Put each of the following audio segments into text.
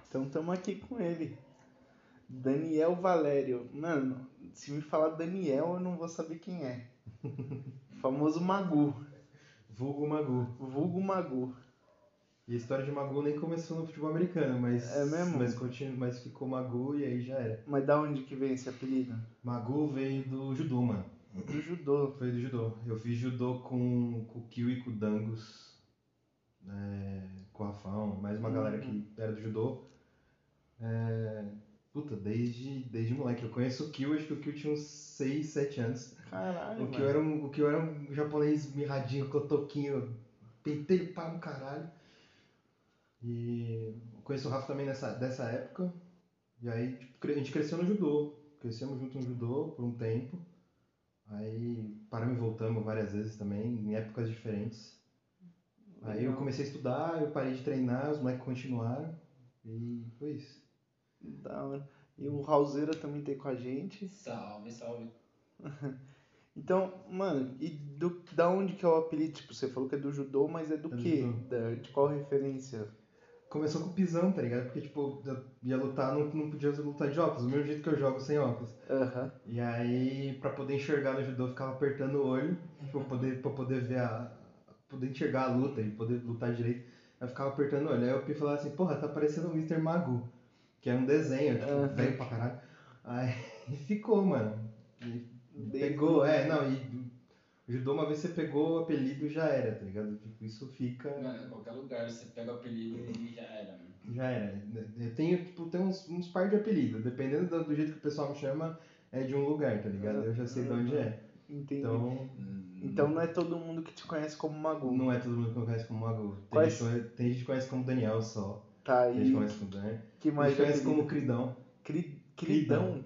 Então estamos aqui com ele. Daniel Valério. Mano, se me falar Daniel, eu não vou saber quem é. Famoso Magu. Vulgo Magu. Vulgo Magu. E a história de Magu nem começou no futebol americano, mas, É mesmo? mas ficou Magu e aí já era. Mas da onde que vem esse apelido? Magu veio do judô, mano. Do judô. Foi do judô. Eu fiz judô com o Kyo e com o Dangos, com o Rafão, mais uma galera que era do judô. Puta, desde moleque. Eu conheço o Kyo, acho que o Kyo tinha uns 6, 7 anos. Caralho, O Kyo era um japonês mirradinho, cotoquinho, penteio para um caralho. E eu conheço o Rafa também dessa época. E aí tipo, a gente cresceu no judô. Crescemos junto no judô por um tempo. Aí paramos e voltamos várias vezes também, em épocas diferentes. Aí eu comecei a estudar, eu parei de treinar, os moleques continuaram. E foi isso. Da hora. E o Raulzeira também tem com a gente. Salve, salve. Então, mano, e da onde que é o apelido? Tipo, você falou que é do judô, mas é do quê? De qual referência? Começou com o pisão, tá ligado? Porque, tipo, eu ia lutar, não podia lutar de óculos, do mesmo jeito que eu jogo sem óculos. Aham. E aí, pra poder enxergar no judô, eu ficava apertando o olho, pra poder ver poder enxergar a luta e poder lutar direito. Aí eu ficava apertando o olho. Aí o Pi falava assim, porra, tá parecendo o Mr. Magu, que é um desenho, tipo, velho pra caralho. Aí ficou, mano. E pegou, não, e o judô, uma vez você pegou o apelido, já era, tá ligado? Tipo, isso fica... Mano, em qualquer lugar você pega o apelido e já era, mano. Já era. Eu tenho, tipo, uns par de apelidos. Dependendo do jeito que o pessoal me chama, é de um lugar, tá ligado? Eu já sei de onde é. Entendi. Então não é todo mundo que te conhece como Magu. não é todo mundo que me conhece como Magu. Tem gente que conhece como Daniel só. Tá, Tem gente que conhece como Daniel. Que mais Tem gente que conhece como Cridão. Cridão?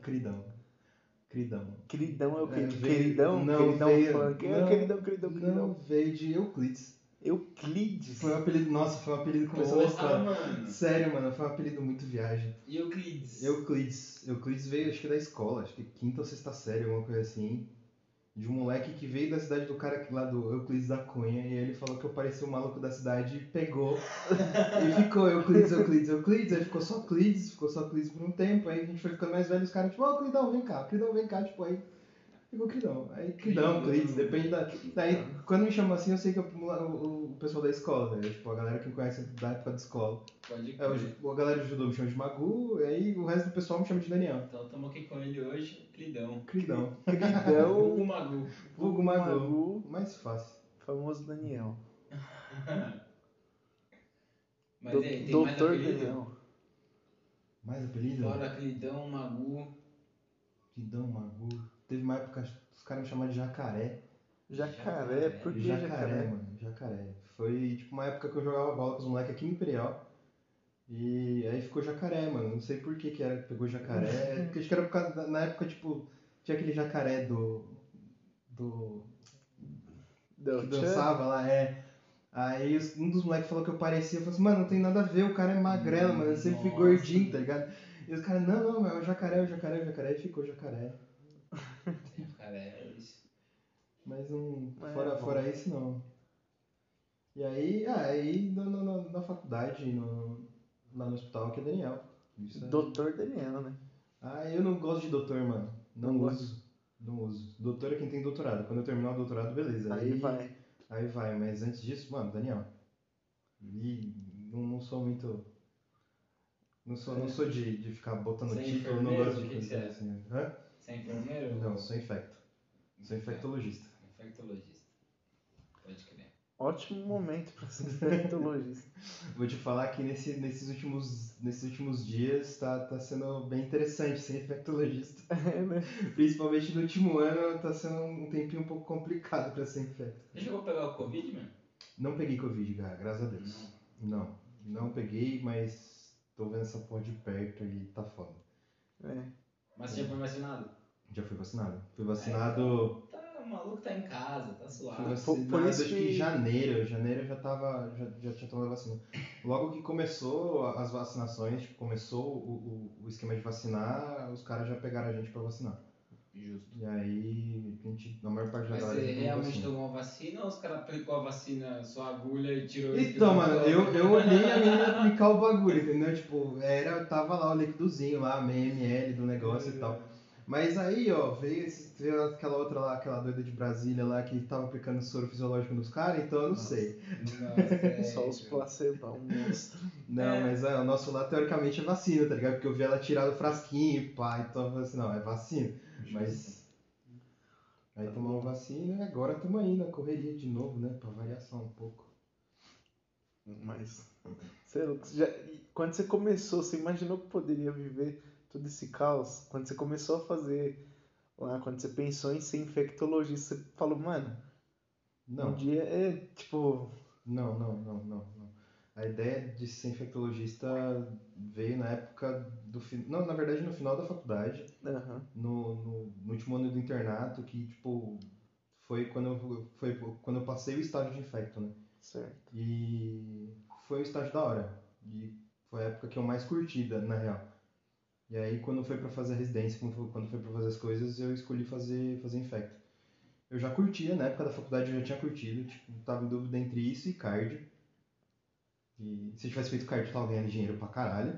Cridão é o quê? De queridão? Não, Queridão veio... funk. Não, Queridão. Não, veio de Euclides. Euclides? Foi um apelido, nossa, foi um apelido que começou na escola. Mano. Sério, mano, foi um apelido muito viagem. E Euclides? Euclides veio, acho que da escola, acho que quinta ou sexta série, alguma coisa assim. De um moleque que veio da cidade do cara lá do Euclides da Cunha, e ele falou que eu parecia o maluco da cidade e pegou. E ficou Euclides, aí ficou só Clides por um tempo, aí a gente foi ficando mais velho, os caras, tipo, ó, Cridão, vem cá, tipo, aí ficou Cridão. Aí Cridão, Clides, depende da... Daí, quando me chamam assim, eu sei que o pessoal da escola, né? Tipo, a galera que me conhece da época da escola. Pode crer. A galera do judô me chama de Magu, e aí o resto do pessoal me chama de Daniel. Então estamos aqui com ele hoje, Cridão. Vulgo Magu. Mais fácil. Famoso Daniel. Mas aí, tem Doutor mais apelido? Daniel. Mais apelido? Fora Cridão, Magu. Cridão, Magu. Teve uma época que os caras me chamavam de Jacaré. Jacaré? Por que Jacaré, mano. Jacaré. Foi tipo uma época que eu jogava bola com os moleques aqui no Imperial. E aí ficou Jacaré, mano. Não sei por que era que pegou Jacaré. Porque acho que era por causa... Na época, tipo, tinha aquele Jacaré que dançava lá, Aí um dos moleques falou que eu parecia, eu falei assim, mano, não tem nada a ver, o cara é magrelo, mano, eu sempre fui gordinho, tá ligado? E os caras, não, é o jacaré, e ficou jacaré. Jacaré, é isso. Mas fora isso, não. E aí na faculdade, lá no hospital, que é Daniel. Doutor Daniel, né? Eu não gosto de doutor, mano. Não uso. Doutor é quem tem doutorado. Quando eu terminar o doutorado, beleza. Aí vai, mas antes disso, mano, Daniel. E não sou muito... Não sou de ficar botando título, não gosto de coisa assim. Hã? Você é enfermeiro? Não, sou infecto. Sou infectologista. Pode crer. Ótimo momento pra ser infectologista. Vou te falar que nesses últimos dias tá sendo bem interessante ser infectologista. Né? Principalmente no último ano tá sendo um tempinho um pouco complicado pra ser infecto. Você chegou a pegar o Covid, mano? Não peguei Covid, cara, graças a Deus. Não peguei, mas tô vendo essa porra de perto e tá foda. Mas você já foi vacinado? Já fui vacinado. Fui vacinado... O maluco tá em casa, tá suave. Fui vacinado, acho que em janeiro. Janeiro eu já tinha tomado a vacina. Logo que começou as vacinações, tipo, começou o esquema de vacinar, os caras já pegaram a gente pra vacinar. Justo. E aí, a maior parte da galera... Mas você realmente tomou a vacina ou os caras aplicou a vacina, sua agulha e tirou... Então, mano, eu olhei, a menina me explicar o bagulho, entendeu? Tipo, tava lá o líquidozinho lá, meio ml do negócio e tal. Mas aí, ó, veio aquela outra lá, aquela doida de Brasília lá que tava aplicando soro fisiológico nos caras, então eu não sei. Nossa, Só os placebão, monstro. Não, mas o nosso lá teoricamente é vacina, tá ligado? Porque eu vi ela tirar do frasquinho, pá, então eu falei assim, não, é vacina. Mas aí tomamos vacina e agora estamos aí na correria de novo, né? Pra variação um pouco. Mas, sei lá, quando você começou, você imaginou que poderia viver todo esse caos? Quando você começou a fazer lá, quando você pensou em ser infectologista, você falou, mano, um Não, dia é tipo. não. A ideia de ser infectologista veio na época Não, na verdade no final da faculdade, Aham, no último ano do internato, que tipo foi quando eu passei o estágio de infecto, né? certo. E foi um estágio da hora. E foi a época que eu mais curti, na real. E aí quando foi pra fazer a residência, quando foi pra fazer as coisas, eu escolhi fazer infecto. Eu já curtia, na época da faculdade eu já tinha curtido, tipo, tava em dúvida entre isso e cardio. E se eu tivesse feito cardio, eu tava ganhando dinheiro pra caralho.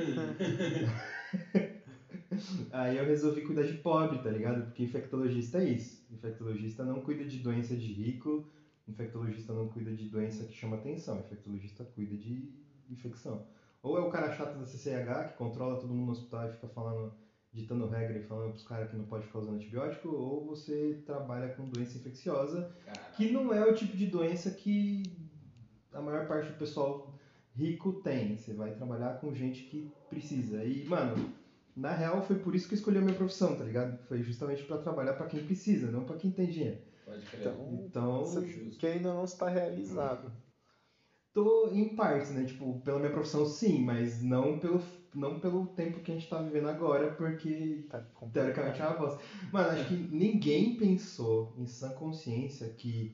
Aí eu resolvi cuidar de pobre, tá ligado? Porque infectologista é isso. Infectologista não cuida de doença de rico, infectologista não cuida de doença que chama atenção, infectologista cuida de infecção. Ou é o cara chato da CCH que controla todo mundo no hospital e fica falando, ditando regra e falando pros caras que não pode ficar usando antibiótico, ou você trabalha com doença infecciosa, que não é o tipo de doença que a maior parte do pessoal rico tem. Você vai trabalhar com gente que precisa. E, mano, na real foi por isso que eu escolhi a minha profissão, tá ligado? Foi justamente pra trabalhar pra quem precisa, não pra quem tem dinheiro. Pode crer. Então, Que ainda não está realizado. tô em partes, né? Tipo, pela minha profissão sim, mas não pelo tempo que a gente tá vivendo agora, porque Tá complicado. teoricamente é uma bosta. Mano, acho que ninguém pensou em sã consciência que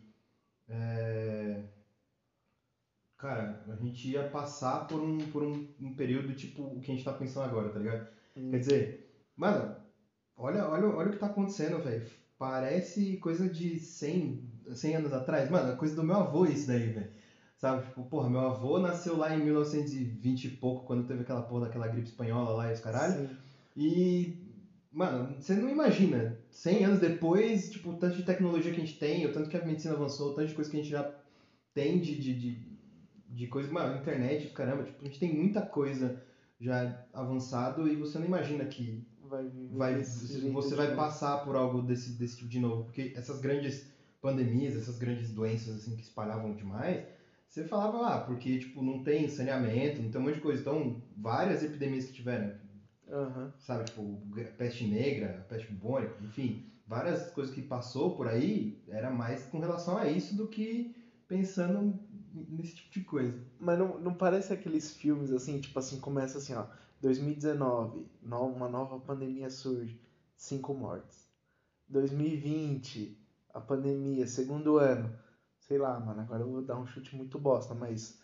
cara, a gente ia passar por um período tipo o que a gente tá pensando agora, tá ligado? Quer dizer, mano, olha o que tá acontecendo, velho. Parece coisa de 100 anos atrás. Mano, é coisa do meu avô isso daí, velho. Sabe? Tipo, porra, meu avô nasceu lá em 1920 e pouco, quando teve aquela porra daquela gripe espanhola lá e os caralho. Sim. E, mano, você não imagina, 100 anos depois, tipo, o tanto de tecnologia que a gente tem, o tanto que a medicina avançou, o tanto de coisa que a gente já tem de coisa, mano, internet, caramba, tipo, a gente tem muita coisa já avançado e você não imagina que você vai passar por algo desse tipo de novo, porque essas grandes pandemias, essas grandes doenças assim que espalhavam demais, você falava, porque tipo, não tem saneamento, não tem um monte de coisa, então várias epidemias que tiveram, sabe, tipo, peste negra, peste bubônica, enfim, várias coisas que passou por aí, era mais com relação a isso do que pensando nesse tipo de coisa. Mas não parece aqueles filmes assim, tipo assim, começa assim, ó, 2019, uma nova pandemia surge, 5 mortes. 2020, a pandemia, segundo ano, sei lá, mano, agora eu vou dar um chute muito bosta, mas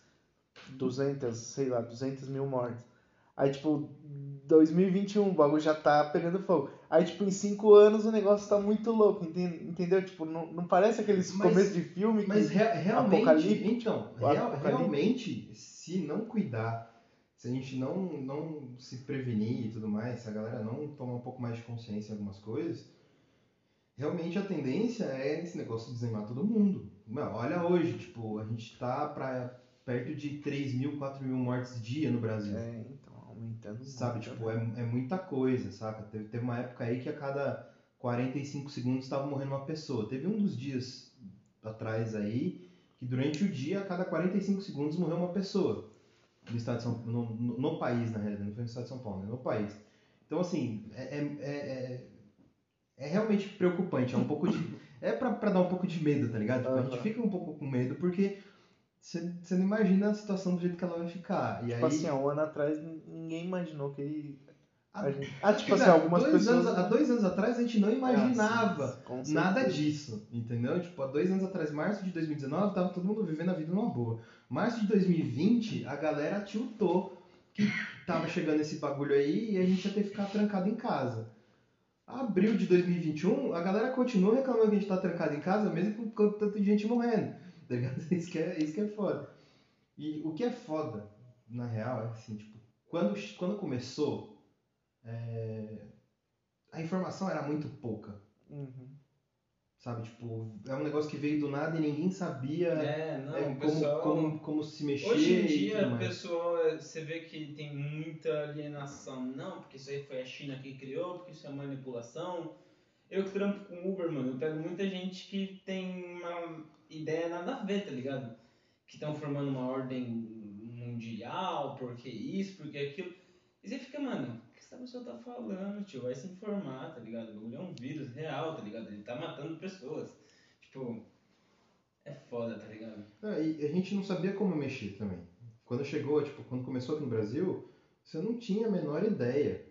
200 mil mortes. Aí, tipo, 2021, o bagulho já tá pegando fogo. Aí, tipo, em 5 anos o negócio tá muito louco, entendeu? Tipo, não parece aqueles começos de filme mas que... realmente, apocalipse. então, realmente, se não cuidar, se a gente não se prevenir e tudo mais, se a galera não tomar um pouco mais de consciência em algumas coisas, realmente a tendência é esse negócio de dizimar todo mundo. Não, olha hoje, tipo, a gente tá perto de 3 mil, 4 mil mortes dia no Brasil. Então, aumentando Sabe, muito, tipo, né? é muita coisa, saca? Teve uma época aí que a cada 45 segundos estava morrendo uma pessoa. Teve um dos dias atrás aí que durante o dia, a cada 45 segundos morreu uma pessoa no estado de São no país, na realidade, não foi no estado de São Paulo, né? No país. Então, assim, é realmente preocupante, é um pouco de... É pra dar um pouco de medo, tá ligado? Tipo, a gente fica um pouco com medo porque você não imagina a situação do jeito que ela vai ficar. E Tipo aí... assim, há um ano atrás ninguém imaginou que ele... tipo Exato. assim, algumas pessoas... Há 2 anos atrás a gente não imaginava sim, com nada certeza. disso, entendeu? Tipo, há 2 anos atrás, março de 2019, tava todo mundo vivendo a vida numa boa. Março de 2020, a galera tiltou que tava chegando esse bagulho aí e a gente ia ter que ficar trancado em casa. Abril de 2021, a galera continua reclamando que a gente tá trancado em casa, mesmo com tanta gente morrendo, tá ligado? Isso que é foda. E o que é foda na real, assim, tipo, quando começou, a informação era muito pouca. Uhum. Sabe, tipo, é um negócio que veio do nada e ninguém sabia o pessoal... como se mexer. Hoje em e dia, tudo o mais. pessoal, você vê que tem muita alienação. Não, porque isso aí foi a China que criou, porque isso é manipulação. Eu que trampo com Uber, mano, eu pego muita gente que tem uma ideia nada a ver, tá ligado? Que estão formando uma ordem mundial, porque isso, porque aquilo. E você fica, mano, o que essa pessoa tá falando, tio? Vai se informar, tá ligado? O bagulho é um vírus real, tá ligado? Ele tá matando pessoas. Tipo, é foda, tá ligado? E a gente não sabia como mexer também. Quando chegou, tipo, quando começou aqui no Brasil, você não tinha a menor ideia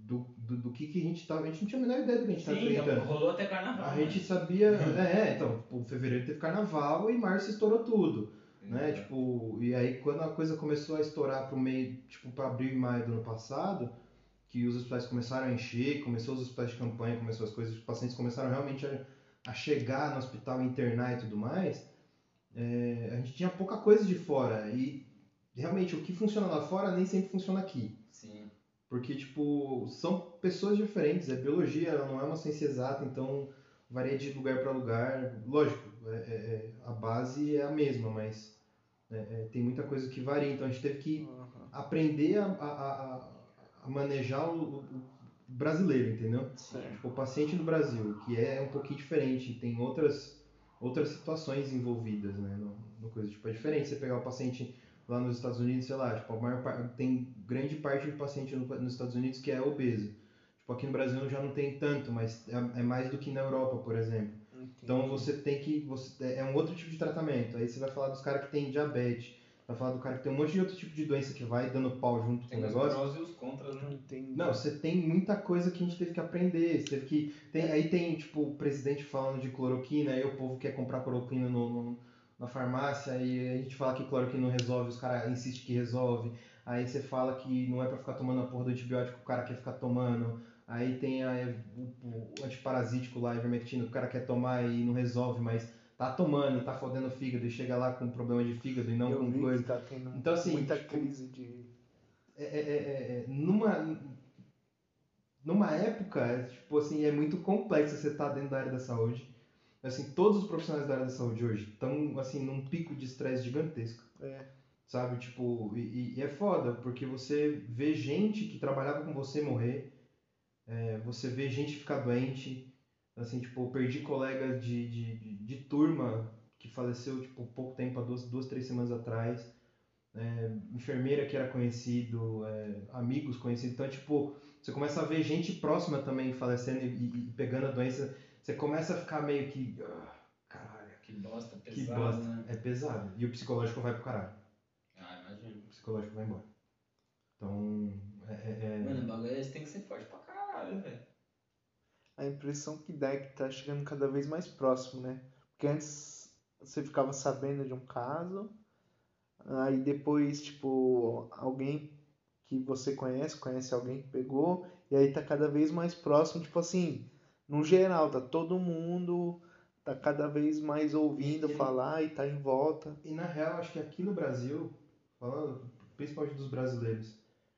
do que a gente tava. A gente não tinha a menor ideia do que a gente estava enfrentando. Rolou até carnaval. A gente sabia. Então, tipo, fevereiro teve carnaval e março estourou tudo. Né? Tipo, e aí quando a coisa começou a estourar pro meio, tipo, para abril e maio do ano passado, que os hospitais começaram a encher, começou os hospitais de campanha, começou as coisas, os pacientes começaram realmente a chegar no hospital, internar e tudo mais, a gente tinha pouca coisa de fora e realmente o que funciona lá fora nem sempre funciona aqui. Sim. Porque, tipo, são pessoas diferentes, biologia, ela não é uma ciência exata, então varia de lugar para lugar. Lógico, a base é a mesma, mas tem muita coisa que varia, então a gente teve que aprender a manejar o brasileiro, entendeu? Tipo, o paciente do Brasil, que é um pouquinho diferente, tem outras situações envolvidas, né? No coisa, tipo, é diferente você pegar o paciente lá nos Estados Unidos, sei lá, tipo, tem grande parte do paciente nos Estados Unidos que é obeso. Tipo, aqui no Brasil já não tem tanto, mas é mais do que na Europa, por exemplo. Entendi. Então você tem que... é um outro tipo de tratamento. Aí você vai falar dos caras que tem diabetes, vai falar do cara que tem um monte de outro tipo de doença que vai dando pau junto com o negócio. Tem os prós e os contras, né? Entendi. Não, você tem muita coisa que a gente teve que aprender. Você teve que... Aí tem, tipo, o presidente falando de cloroquina, aí o povo quer comprar cloroquina na farmácia, e a gente fala que cloroquina não resolve, os caras insistem que resolve. Aí você fala que não é pra ficar tomando a porra do antibiótico, o cara quer ficar tomando. Aí tem o antiparasítico lá, a ivermectina, o cara quer tomar e não resolve, mas tá tomando, tá fodendo o fígado e chega lá com problema de fígado e não com coisa. Tá tendo então, assim, muita tipo, crise de... numa época, tipo assim, é muito complexo você estar dentro da área da saúde. Assim, todos os profissionais da área da saúde hoje estão, assim, num pico de estresse gigantesco. Sabe, tipo, e é foda, porque você vê gente que trabalhava com você morrer, você vê gente ficar doente, assim, tipo, eu perdi colega de turma que faleceu, tipo, pouco tempo, há 2-3 semanas atrás, enfermeira que era conhecido, amigos conhecidos, então, tipo, você começa a ver gente próxima também falecendo e pegando a doença, você começa a ficar meio que, caralho, que bosta, pesado, que bosta, né? É pesado, e o psicológico vai pro caralho. Imagino. O psicológico vai embora. Então, Mano, o bagulho esse tem que ser forte pra caralho, velho. A impressão que dá é que tá chegando cada vez mais próximo, né? Porque antes você ficava sabendo de um caso, aí depois, tipo, alguém que você conhece alguém que pegou, e aí tá cada vez mais próximo, tipo assim, no geral, tá todo mundo, tá cada vez mais ouvindo falar e tá em volta. E na real, acho que aqui no Brasil, falando principalmente dos brasileiros,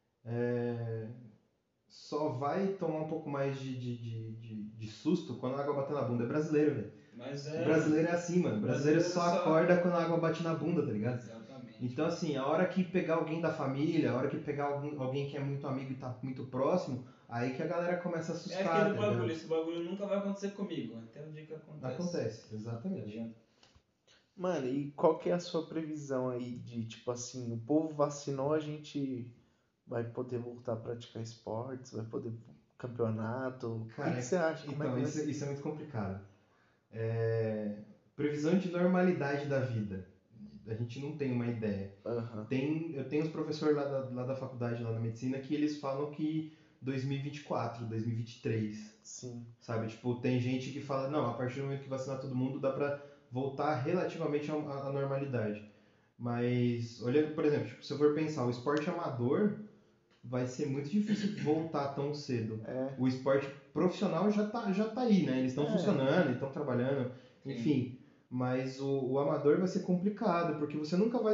só vai tomar um pouco mais de susto quando a água bater na bunda. É brasileiro, velho. O brasileiro é assim, mano. O brasileiro só acorda quando a água bate na bunda, tá ligado? Exatamente. Então, assim, a hora que pegar alguém da família, a hora que pegar alguém que é muito amigo e tá muito próximo, aí que a galera começa a assustar. É aquele bagulho, esse bagulho nunca vai acontecer comigo, até o dia que acontece. Acontece, exatamente. Mano, e qual que é a sua previsão aí de, tipo assim, o povo vacinou, a gente vai poder voltar a praticar esportes, vai poder campeonato? Cara, o que você acha? Então, isso é muito complicado. Previsão de normalidade da vida. A gente não tem uma ideia. Eu tenho os professores lá da faculdade, lá da medicina, que eles falam que 2024, 2023. Sim. Sabe? Tipo, tem gente que fala, não, a partir do momento que vacinar todo mundo, dá pra voltar relativamente à normalidade. Mas, olhando, por exemplo, tipo, se eu for pensar, o esporte amador vai ser muito difícil voltar tão cedo. O esporte profissional já tá aí, né? Eles estão funcionando, estão trabalhando, enfim. Mas o amador vai ser complicado, porque você nunca vai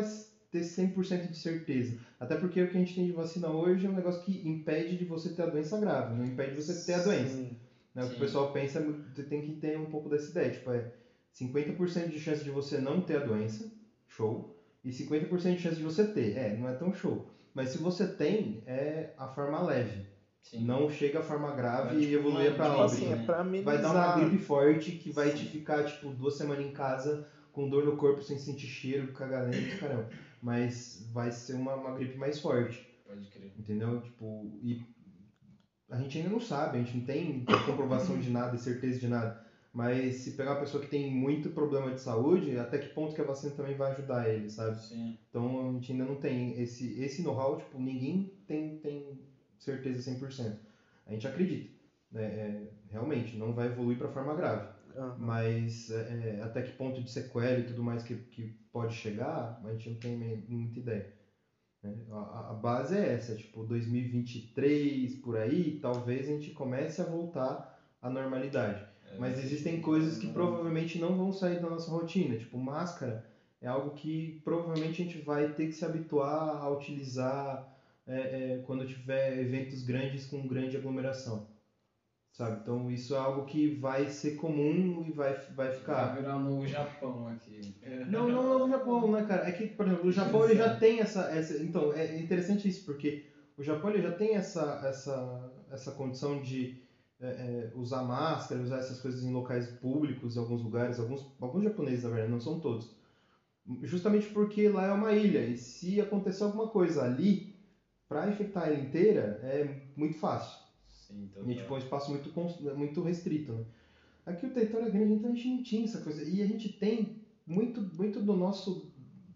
ter 100% de certeza. Até porque o que a gente tem de vacina hoje é um negócio que impede de você ter a doença grave, não impede de você ter a doença. Sim. Né? O que Sim. o pessoal pensa, você tem que ter um pouco dessa ideia, tipo, 50% de chance de você não ter a doença, show, e 50% de chance de você ter, não é tão show. Mas se você tem, é a forma leve. Sim. Não chega a forma grave Vai, e evolui pra Tipo óbito. assim, é pra amenizar. Vai dar uma gripe forte que vai Sim. te ficar, tipo, 2 semanas em casa com dor no corpo, sem sentir cheiro, cagalento, caramba. Mas vai ser uma gripe mais forte, Pode crer. entendeu? Tipo, e a gente ainda não sabe, a gente não tem comprovação de nada e certeza de nada. Mas se pegar uma pessoa que tem muito problema de saúde, até que ponto que a vacina também vai ajudar ele, sabe? Sim. Então a gente ainda não tem esse know-how, tipo, ninguém tem certeza 100%. A gente acredita, né? Realmente, não vai evoluir para forma grave. Aham. Mas até que ponto de sequela e tudo mais que pode chegar, a gente não tem muita ideia. Né? A base é essa, tipo, 2023, por aí, talvez a gente comece a voltar à normalidade. Mas existem coisas que provavelmente não vão sair da nossa rotina, tipo máscara é algo que provavelmente a gente vai ter que se habituar a utilizar quando tiver eventos grandes com grande aglomeração, sabe? Então isso é algo que vai ser comum e vai ficar... Vai virar um novo Japão aqui. Não no Japão, né, cara? É que, por exemplo, o Japão ele já tem essa... Então, é interessante isso, porque o Japão ele já tem essa condição de usar máscara, usar essas coisas em locais públicos, em alguns lugares, alguns japoneses, na verdade, não são todos. Justamente porque lá é uma ilha, e se acontecer alguma coisa ali, para infectar a ilha inteira, é muito fácil. Sim, E tipo, é um espaço muito restrito, né? Aqui o território é grande, então a gente não tinha essa coisa. E a gente tem muito do nosso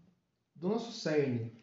cerne.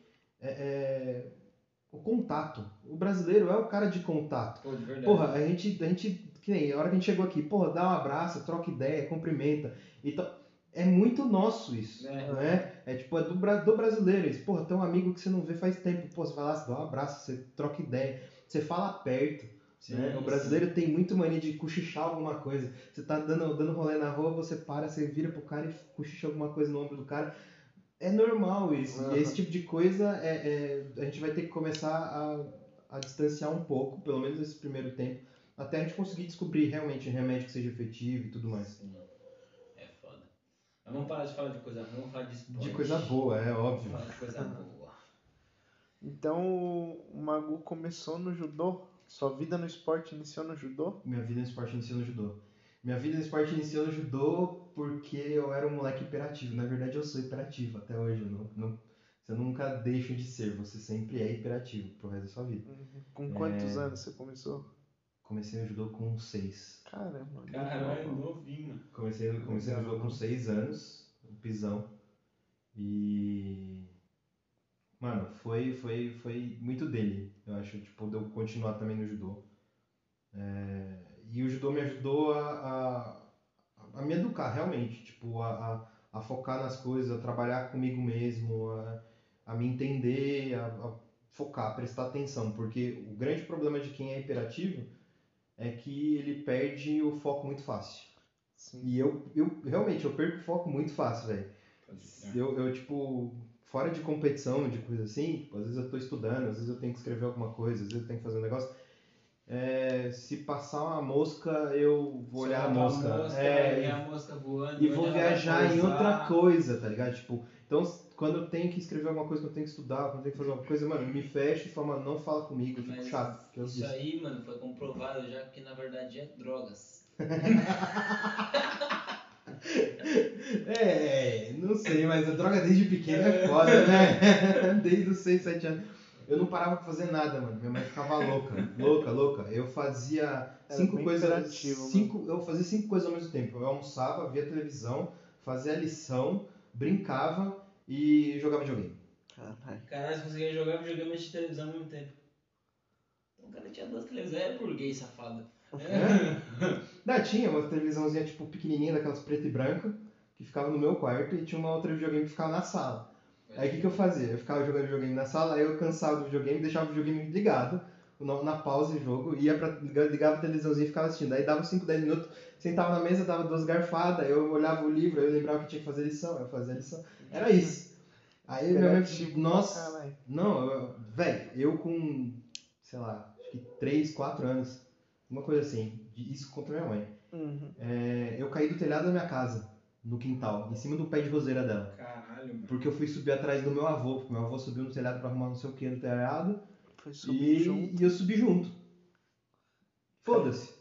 O contato. O brasileiro é o cara de contato. Pô, de verdade. Porra, a gente, que nem a hora que a gente chegou aqui, porra, dá um abraço, troca ideia, cumprimenta. Então, é muito nosso isso, né? É tipo, é do brasileiro isso. Porra, tem um amigo que você não vê faz tempo. Pô, você vai lá, você dá um abraço, você troca ideia, você fala perto. Sim, Né? O brasileiro tem muito mania de cochichar alguma coisa. Você tá dando rolê na rua, você para, você vira pro cara e cochicha alguma coisa no ombro do cara. É normal isso. Uhum. E esse tipo de coisa a gente vai ter que começar a distanciar um pouco, pelo menos nesse primeiro tempo, até a gente conseguir descobrir realmente um remédio que seja efetivo e tudo mais. Sim. É foda. Mas vamos parar de falar de coisa ruim, vamos falar de esporte. De coisa boa, é óbvio. Vamos falar de coisa boa. Então o Magu começou no judô? Sua vida no esporte iniciou no judô? Minha vida no esporte iniciou no judô. Minha vida no esporte iniciou no judô porque eu era um moleque hiperativo. Na verdade, eu sou hiperativo até hoje. Você nunca deixa de ser, você sempre é hiperativo pro resto da sua vida. Com quantos anos você começou? Comecei no judô com 6. Caramba. Caralho, novinho, mano. Comecei no judô com 6 anos, um pisão. E... Mano, foi muito dele, eu acho, tipo, de eu continuar também no judô. E o judô me ajudou a me educar, realmente, tipo, a focar nas coisas, a trabalhar comigo mesmo, a me entender, a focar, a prestar atenção, porque o grande problema de quem é hiperativo é que ele perde o foco muito fácil. Sim. E eu realmente, eu perco o foco muito fácil, velho. Eu, tipo, fora de competição, de coisa assim, tipo, às vezes eu tô estudando, às vezes eu tenho que escrever alguma coisa, às vezes eu tenho que fazer um negócio. Se passar uma mosca, eu vou olhar a mosca. Vai ver a mosca voando. E vou viajar em outra coisa, tá ligado? Tipo, então, quando eu tenho que escrever alguma coisa, quando eu tenho que estudar, quando eu tenho que fazer alguma coisa, mano, me fecha e fala, mano, não fala comigo, eu fico chato. Que eu Isso disse. aí, mano, foi comprovado já que na verdade é drogas. Não sei, mas a droga desde pequeno é foda, né? Desde os 6, 7 anos. Eu não parava pra fazer nada, mano. Minha mãe ficava louca. Eu fazia 5 coisas. Eu fazia 5 coisas ao mesmo tempo. Eu almoçava, via televisão, fazia lição, brincava e jogava videogame. Caralho, você conseguia jogar videogame de televisão ao mesmo tempo. Então o cara tinha 2 televisões, é burguês safado. Tinha uma televisãozinha tipo pequenininha, daquelas preto e branca, que ficava no meu quarto, e tinha uma outra videogame que ficava na sala. Aí o que eu fazia? Eu ficava jogando videogame na sala, aí eu cansava do videogame, deixava o videogame ligado, na pausa do jogo, ligava a televisãozinha e ficava assistindo. Aí dava 5, 10 minutos, sentava na mesa, dava 2 garfadas, eu olhava o livro, aí eu lembrava que tinha que fazer lição, eu fazia lição. Era isso. Aí minha mãe, Negativo nossa, pra caralho. não, velho, eu com, sei lá, acho que 3, 4 anos, uma coisa assim, isso contra minha mãe. Uhum. Eu caí do telhado da minha casa, no quintal, em cima do pé de roseira dela. Caralho, mano. Porque eu fui subir atrás do meu avô, porque meu avô subiu no telhado pra arrumar não sei o que no telhado, Foi subir junto. e eu subi junto. Foda-se.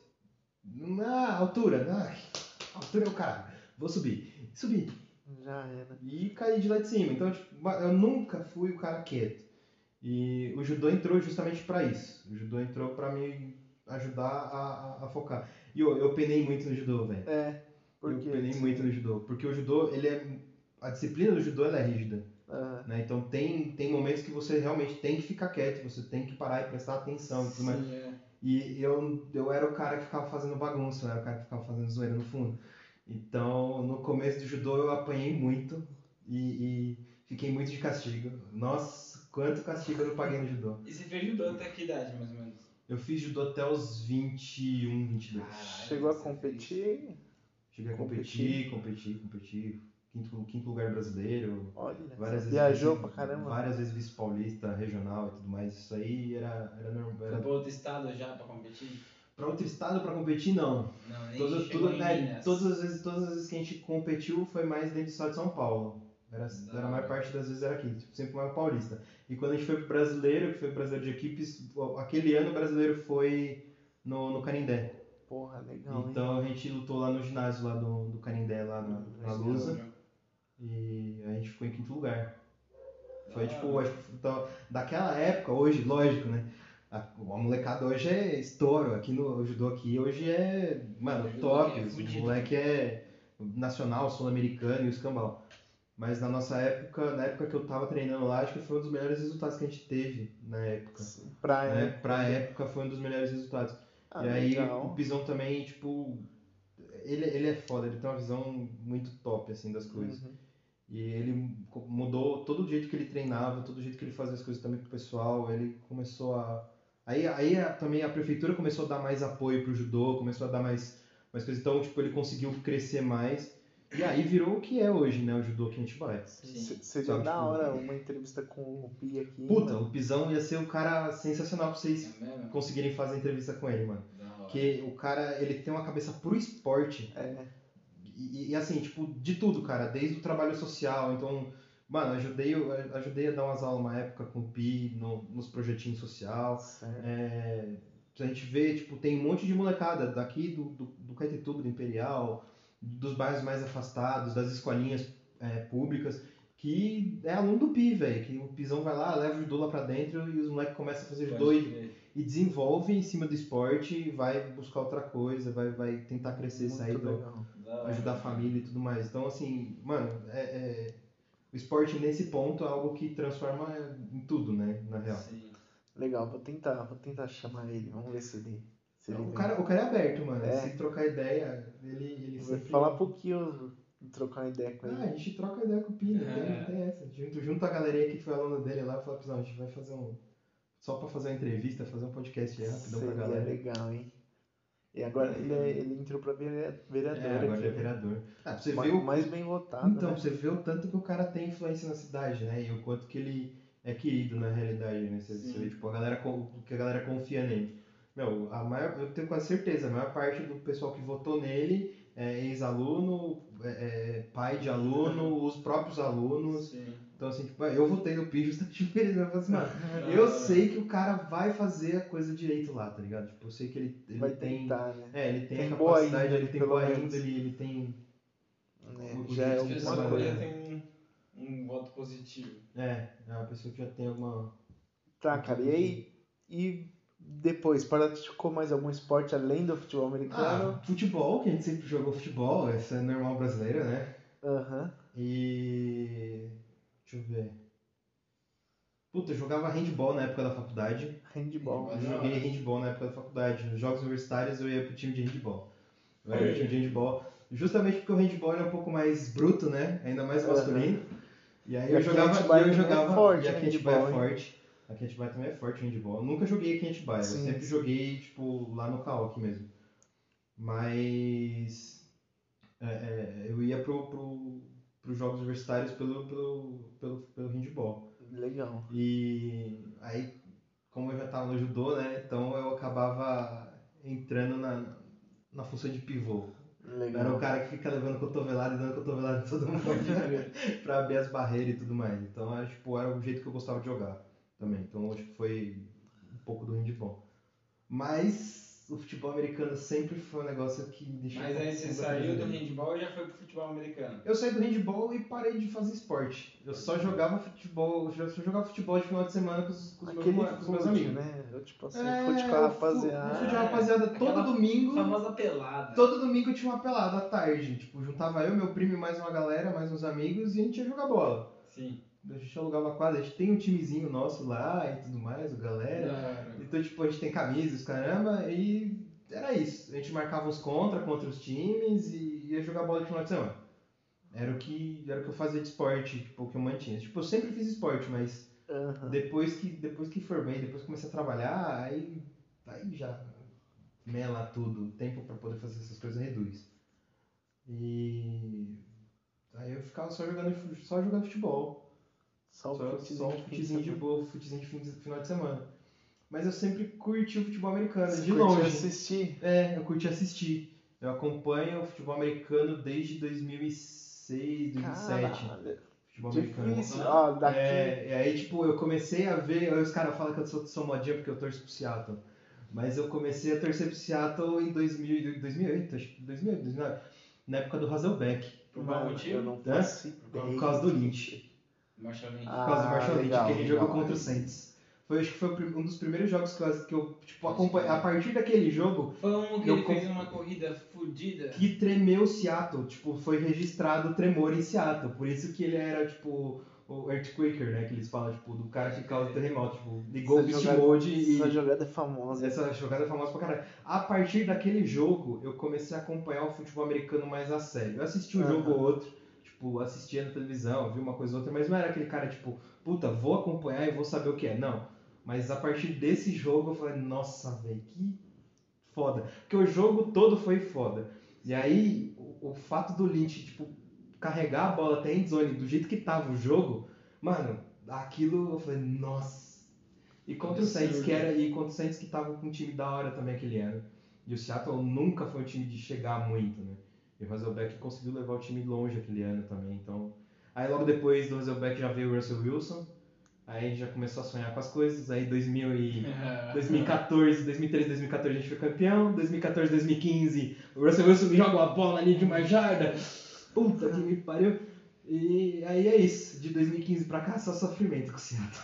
Altura é o caralho. Vou subir. Subi. Já era. E caí de lá de cima. Então, tipo, eu nunca fui o cara quieto. E o judô entrou justamente pra isso. O judô entrou pra me ajudar a focar. E eu penei muito no judô, velho. Por Eu quê? penei muito no judô. Porque o judô, a disciplina do judô ela é rígida. Aham. Né? Então tem momentos que você realmente tem que ficar quieto, você tem que parar e prestar atenção e tudo mais. Sim, é. E eu era o cara que ficava fazendo bagunça, eu era o cara que ficava fazendo zoeira no fundo. Então, no começo do judô eu apanhei muito e fiquei muito de castigo. Nossa, quanto castigo eu não paguei no judô. E você fez judô até que idade, mais ou menos? Eu fiz judô até os 21, 22. Caralho, Chegou a você competir? Cheguei a competir. Quinto lugar brasileiro. Olha. Várias vezes Viajou pra caramba. Várias vezes vice-paulista, regional e tudo mais. Isso aí era normal. Foi pra outro estado já pra competir? Pra outro estado pra competir, não. Não, nem Todas chegou em Minas. as vezes que a gente competiu foi mais dentro do estado de São Paulo. Era a maior parte das vezes era aqui, tipo, sempre mais paulista. E quando a gente foi pro brasileiro, que foi o brasileiro de equipes, aquele ano o brasileiro foi no Canindé. Porra, legal, hein? Então a gente lutou lá no ginásio lá do Canindé, lá na Lusa. E a gente ficou em quinto lugar. Foi tipo, acho que daquela época, hoje, lógico, né? A molecada hoje é estouro. Aqui no judô aqui hoje é, mano, top. O moleque é nacional, sul-americano e o escambau. Mas na nossa época, na época que eu tava treinando lá, acho que foi um dos melhores resultados que a gente teve na época. Pra época foi um dos melhores resultados. E aí legal. o Pisão também, tipo, ele é foda, ele tem uma visão muito top, assim, das coisas. Uhum. E ele mudou todo o jeito que ele treinava, todo o jeito que ele fazia as coisas também pro pessoal. Ele começou a... Aí também a prefeitura começou a dar mais apoio pro judô, começou a dar mais coisas. Então, tipo, ele conseguiu crescer mais. E aí virou o que é hoje, né? O judô aqui em Atibaia. Seria da hora uma entrevista com o Pi aqui. Puta, mano. o Pisão ia ser o cara sensacional pra vocês conseguirem fazer entrevista com ele, mano. Porque o cara, ele tem uma cabeça pro esporte. E assim, tipo, de tudo, cara. Desde o trabalho social. Então, mano, ajudei a dar umas aulas uma época com o Pi, nos projetinhos social. A gente vê, tipo, tem um monte de molecada daqui do Caetetuba, do Imperial, dos bairros mais afastados, das escolinhas públicas, que é aluno do Pi, velho. Que o Pisão vai lá, leva o judô lá pra dentro e os moleques começam a fazer judô e desenvolve em cima do esporte, vai buscar outra coisa, vai tentar crescer, sair, ajudar a família e tudo mais. Então, assim, mano, o esporte nesse ponto é algo que transforma em tudo, né, na real. Sim. Legal, vou tentar chamar ele, vamos ver se ele O cara é aberto, mano. É. Se trocar ideia, ele Vou sempre... falar pouquinho, trocar uma ideia com ele. A gente troca ideia com o Pino, não tem essa. Junto a galerinha que foi aluno dele lá, fala, a gente vai fazer só pra fazer uma entrevista, fazer um podcast aí rapidão pra galera. Legal, hein? E agora ele entrou pra vereador. Agora aqui, ele é vereador. Pra você ver mais bem votado. Então, né? pra você ver o tanto que o cara tem influência na cidade, né? E o quanto que ele é querido na realidade, né? Você vê, tipo, que a galera confia nele. Meu, eu tenho quase certeza, a maior parte do pessoal que votou nele é ex-aluno, pai de aluno, os próprios alunos. Sim. Então, assim, tipo, eu votei no Pi justamente por isso. Eu falei assim, mano, eu sei que o cara vai fazer a coisa direito lá, tá ligado? Tipo, eu sei que ele vai tem... tentar, né? ele tem a boa capacidade, índole, ele tem pelo boa menos. índole, ele tem... Já é jeito de alguma trabalhar. coisa. Tem um voto positivo. É uma pessoa que já tem alguma... Tá, cara, e aí? E depois, praticou mais algum esporte além do futebol americano? Futebol, que a gente sempre jogou futebol, essa é normal brasileira, né? Aham. E... deixa eu ver... Puta, eu jogava handball na época da faculdade. Handball. Eu joguei handball na época da faculdade. Nos jogos universitários eu ia pro time de handball. Eu era do time de handball. Justamente porque o handball é um pouco mais bruto, né? Ainda mais masculino. E aí eu jogava... forte, e aqui em Atibaia é forte. Aqui em Atibaia também é forte o handball. Eu nunca joguei aqui em Atibaia. Eu sempre joguei, tipo, lá no Caoque mesmo. Mas... eu ia pro pros jogos universitários pelo handball. Legal. E aí, como eu já tava no judô, né, então eu acabava entrando na função de pivô. Eu era Legal. o cara que fica levando cotovelada e dando cotovelada em todo mundo pra abrir as barreiras e tudo mais. Então, era o jeito que eu gostava de jogar também. Então, acho que foi um pouco do handball. Mas o futebol americano sempre foi um negócio que me deixou... Mas aí você saiu do handball e já foi pro futebol americano. Eu saí do handball e parei de fazer esporte. Eu só jogava futebol, de final de semana com os meus amigos. Né? Eu, tipo assim, fute com a rapaziada. Fute com a rapaziada todo domingo. Famosa pelada. Todo domingo eu tinha uma pelada à tarde. Tipo, juntava eu, meu primo e mais uma galera, mais uns amigos, e a gente ia jogar bola. Sim. A gente alugava quadra, a gente tem um timezinho nosso lá e tudo mais, galera. Então, tipo, a gente tem camisas, caramba, e era isso. A gente marcava uns contra os times e ia jogar bola de final de semana. Era o que eu fazia de esporte, tipo, que eu mantinha. Tipo, eu sempre fiz esporte, mas depois que formei, depois que comecei a trabalhar, aí já mela tudo. O tempo pra poder fazer essas coisas reduz. E aí eu ficava só jogando futebol. Só um futezinho de boa, futezinho de final de semana. Mas eu sempre curti o futebol americano, Você de longe. curte assistir? Eu curti assistir. Eu acompanho o futebol americano desde 2006, 2007. Caralho. Futebol americano. Difícil. Ó, daqui... E aí, tipo, eu comecei a ver... Aí os caras falam que eu sou modinha porque eu torço pro Seattle. Mas eu comecei a torcer pro Seattle em 2008, acho que 2009. Na época do Hasselbeck. Por qual motivo? Eu não faço Por causa do Lynch. Marshall Lynch. Por causa do Marshall Lynch, que ele jogou contra o isso. Saints. Acho que foi um dos primeiros jogos que eu tipo, acompanhei. A partir daquele jogo... Foi um que ele fez uma corrida fodida. Que tremeu Seattle. Tipo, foi registrado tremor em Seattle. Por isso que ele era, tipo, o Earthquaker, né? Que eles falam, tipo, do cara que causa terremoto. Tipo, ligou o Beast Mode e... Essa jogada é famosa. Essa jogada é famosa pra caralho. A partir daquele jogo, eu comecei a acompanhar o futebol americano mais a sério. Eu assisti um jogo ou outro. Tipo, assistia na televisão, vi uma coisa ou outra. Mas não era aquele cara, tipo, puta, vou acompanhar e vou saber o que é. Não. Mas a partir desse jogo eu falei, nossa, velho, que foda. Porque o jogo todo foi foda. E aí, o fato do Lynch, tipo, carregar a bola até a endzone do jeito que tava o jogo, mano, aquilo eu falei, nossa. E contra o Saints que tava com um time da hora também aquele ano. E o Seattle nunca foi um time de chegar muito, né? E o Hasselbeck conseguiu levar o time longe aquele ano também, então... Aí logo depois do Hasselbeck já veio o Russell Wilson. Aí a gente já começou a sonhar com as coisas, aí 2014, 2014 a gente foi campeão, 2014, 2015 o Russell Wilson joga uma bola na linha de uma jarda, puta que me pariu, e aí é isso, de 2015 pra cá só sofrimento com o Seattle.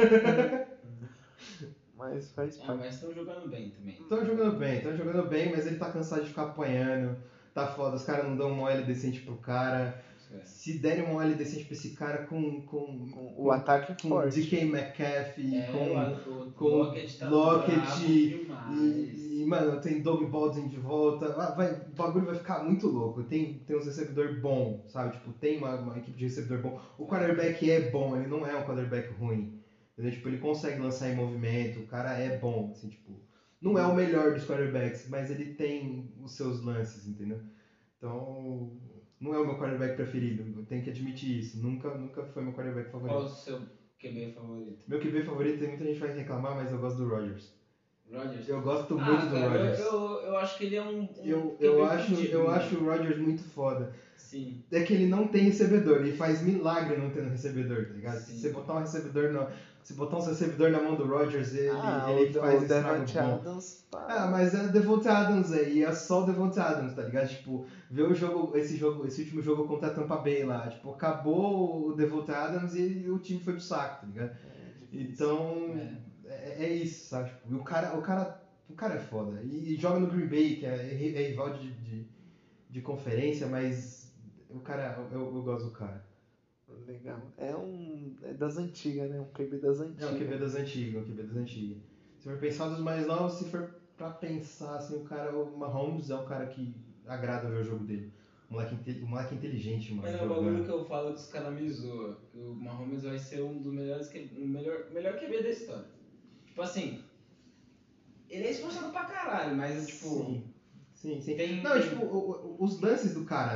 Mas faz parte. Mas estão jogando bem também. Estão jogando bem, mas ele tá cansado de ficar apanhando, tá foda, os caras não dão um OL decente pro cara. Se derem um OL decente pra esse cara com o ataque com forte. DK Metcalf, com Lockett tá Lockett e, mano, tem Doug Baldwin de volta. O bagulho vai ficar muito louco. Tem uns recebedor bom, sabe? Tipo, tem uma equipe de recebedor bom. O quarterback é bom, ele não é um quarterback ruim. Entendeu? Tipo, ele consegue lançar em movimento, o cara é bom, assim, tipo... Não é o melhor dos quarterbacks, mas ele tem os seus lances, entendeu? Então... Não é o meu quarterback preferido, eu tenho que admitir isso. Nunca foi meu quarterback favorito. Qual o seu QB favorito? Meu QB favorito, tem muita gente que vai reclamar, mas eu gosto do Rodgers. Rodgers? Eu gosto muito do Rodgers. Eu acho que ele é um eu acho o Rodgers muito foda. Sim. É que ele não tem recebedor, ele faz milagre não tendo recebedor, tá ligado? Sim. Se você botar um recebedor se botar um recebedor na mão do Rodgers, ele faz o Devontae Adams tá... mas é o Devontae Adams aí, é só o Devontae Adams, tá ligado? Tipo, ver esse último jogo contra a Tampa Bay lá, tipo, acabou o Devontae Adams e o time foi pro saco, tá ligado? Então, é isso, sabe? Tipo, o cara é foda. E joga no Green Bay, que é rival de conferência, mas o cara, eu gosto do cara. Legal. É das antigas, né? Um QB das antigas. É um QB das antigas, Se for pensar dos mais novos, se for pra pensar, assim, o Mahomes é um cara que agrada ver o jogo dele. O moleque inteligente, mano. É o bagulho que eu falo que os caras me zoam. O Mahomes vai ser um dos melhores, melhor QB da história. Tipo assim, ele é esforçado pra caralho, mas tipo... Sim. Tem... Não, tipo, os lances do cara, né?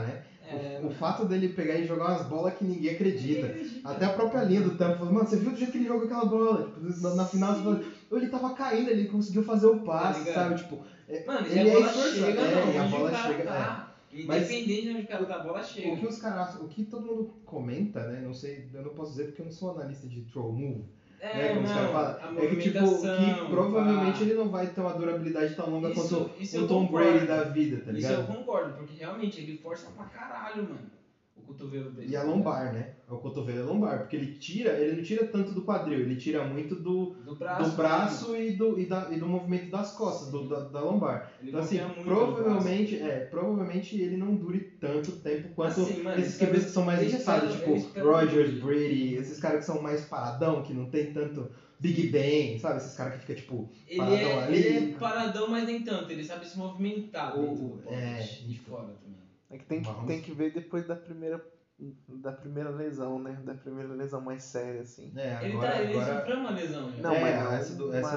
O fato dele pegar e jogar umas bolas que ninguém acredita. Até a própria linha do Tampa falou, mano, você viu do jeito que ele jogou aquela bola? Tipo, na final, você fala, ele tava caindo, ele conseguiu fazer o passe, Tá sabe? Tipo, Mano, ele e a bola esforçado. chega, E a onde bola o cara chega. tá. Mas Independente de onde o cara tá, a bola chega. O que todo mundo comenta, né? Não sei, eu não posso dizer porque eu não sou analista de throw move. É, Né, como os caras falam, a é que tipo, movimentação, que provavelmente pá. ele não vai ter uma durabilidade tão longa quanto Isso o eu Tom concordo. Brady da vida, tá Isso ligado? eu concordo, porque realmente ele força pra caralho, mano, o cotovelo dele. E a lombar, né? O cotovelo é lombar, porque ele não tira tanto do quadril, ele tira muito do braço e do movimento das costas, da lombar. Ele então assim, confia muito provavelmente ele não dure tanto tempo quanto Assim, mano, esses QBs que são mais engessados, eu tipo espero Rodgers, que- Brady, esses caras que são mais paradão, que não tem tanto Big Ben, sabe? Esses caras que ficam tipo paradão ali. Ele é paradão, mas nem tanto, ele sabe se movimentar dentro do pocket e então. fora também. É que tem que ver depois da primeira lesão, né? Da primeira lesão mais séria, assim. Ele sofreu uma lesão já. Não, mas não, essa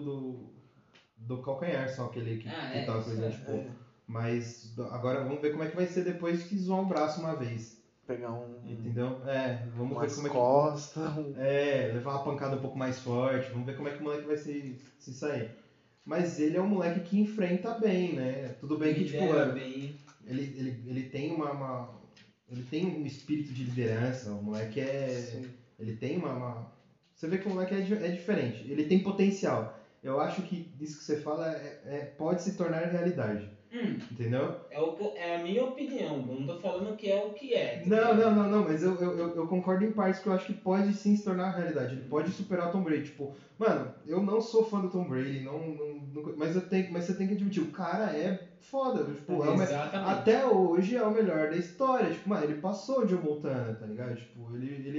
do calcanhar só que tava isso coisa, tipo. Mas agora vamos ver como é que vai ser depois que zoar um braço uma vez. Pegar Entendeu? Vamos ver como é que. costas. Levar uma pancada um pouco mais forte. Vamos ver como é que o moleque vai se sair. Mas ele é um moleque que enfrenta bem, né? Tudo bem que, tipo, ele tem ele tem um espírito de liderança. O moleque ele tem você vê que o moleque é diferente. Ele tem potencial. Eu acho que isso que você fala pode se tornar realidade. Entendeu? É a minha opinião, não tô falando que é o que é. Não, mas eu concordo em partes que eu acho que pode sim se tornar realidade. Ele pode superar o Tom Brady. Tipo, mano, eu não sou fã do Tom Brady, mas você tem que admitir, o cara é foda. Tipo, até hoje é o melhor da história. Tipo, mano, ele passou o Joe Montana, tá ligado? Tipo,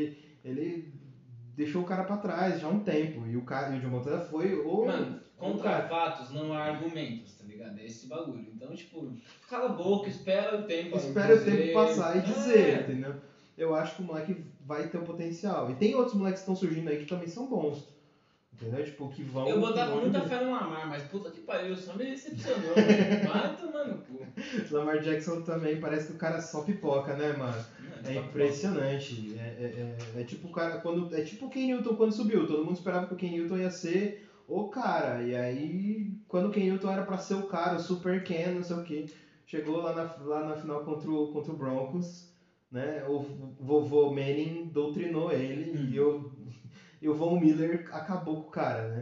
ele deixou o cara pra trás já há um tempo. E o Joe Montana foi o. Mano, contra fatos não há argumentos, tá ligado? É esse bagulho. Então, tipo, cala a boca, espera o tempo passar e dizer, entendeu? Eu acho que o moleque vai ter o potencial. E tem outros moleques que estão surgindo aí que também são bons. Entendeu? Tipo, que vão. Eu botava muita fé no Lamar, mas puta que pariu, só me decepcionou, mano. Vai tomar no cu. Lamar Jackson também parece que o cara só pipoca, né, mano? É impressionante. É tipo o cara quando. É tipo o Ken Newton quando subiu. Todo mundo esperava que o Ken Newton ia ser o cara. E aí, quando o Ken Newton era pra ser o cara, o Super Ken, não sei o que, chegou lá na final contra o Broncos, né? O vovô Manning doutrinou ele e o Von Miller acabou com o cara, né?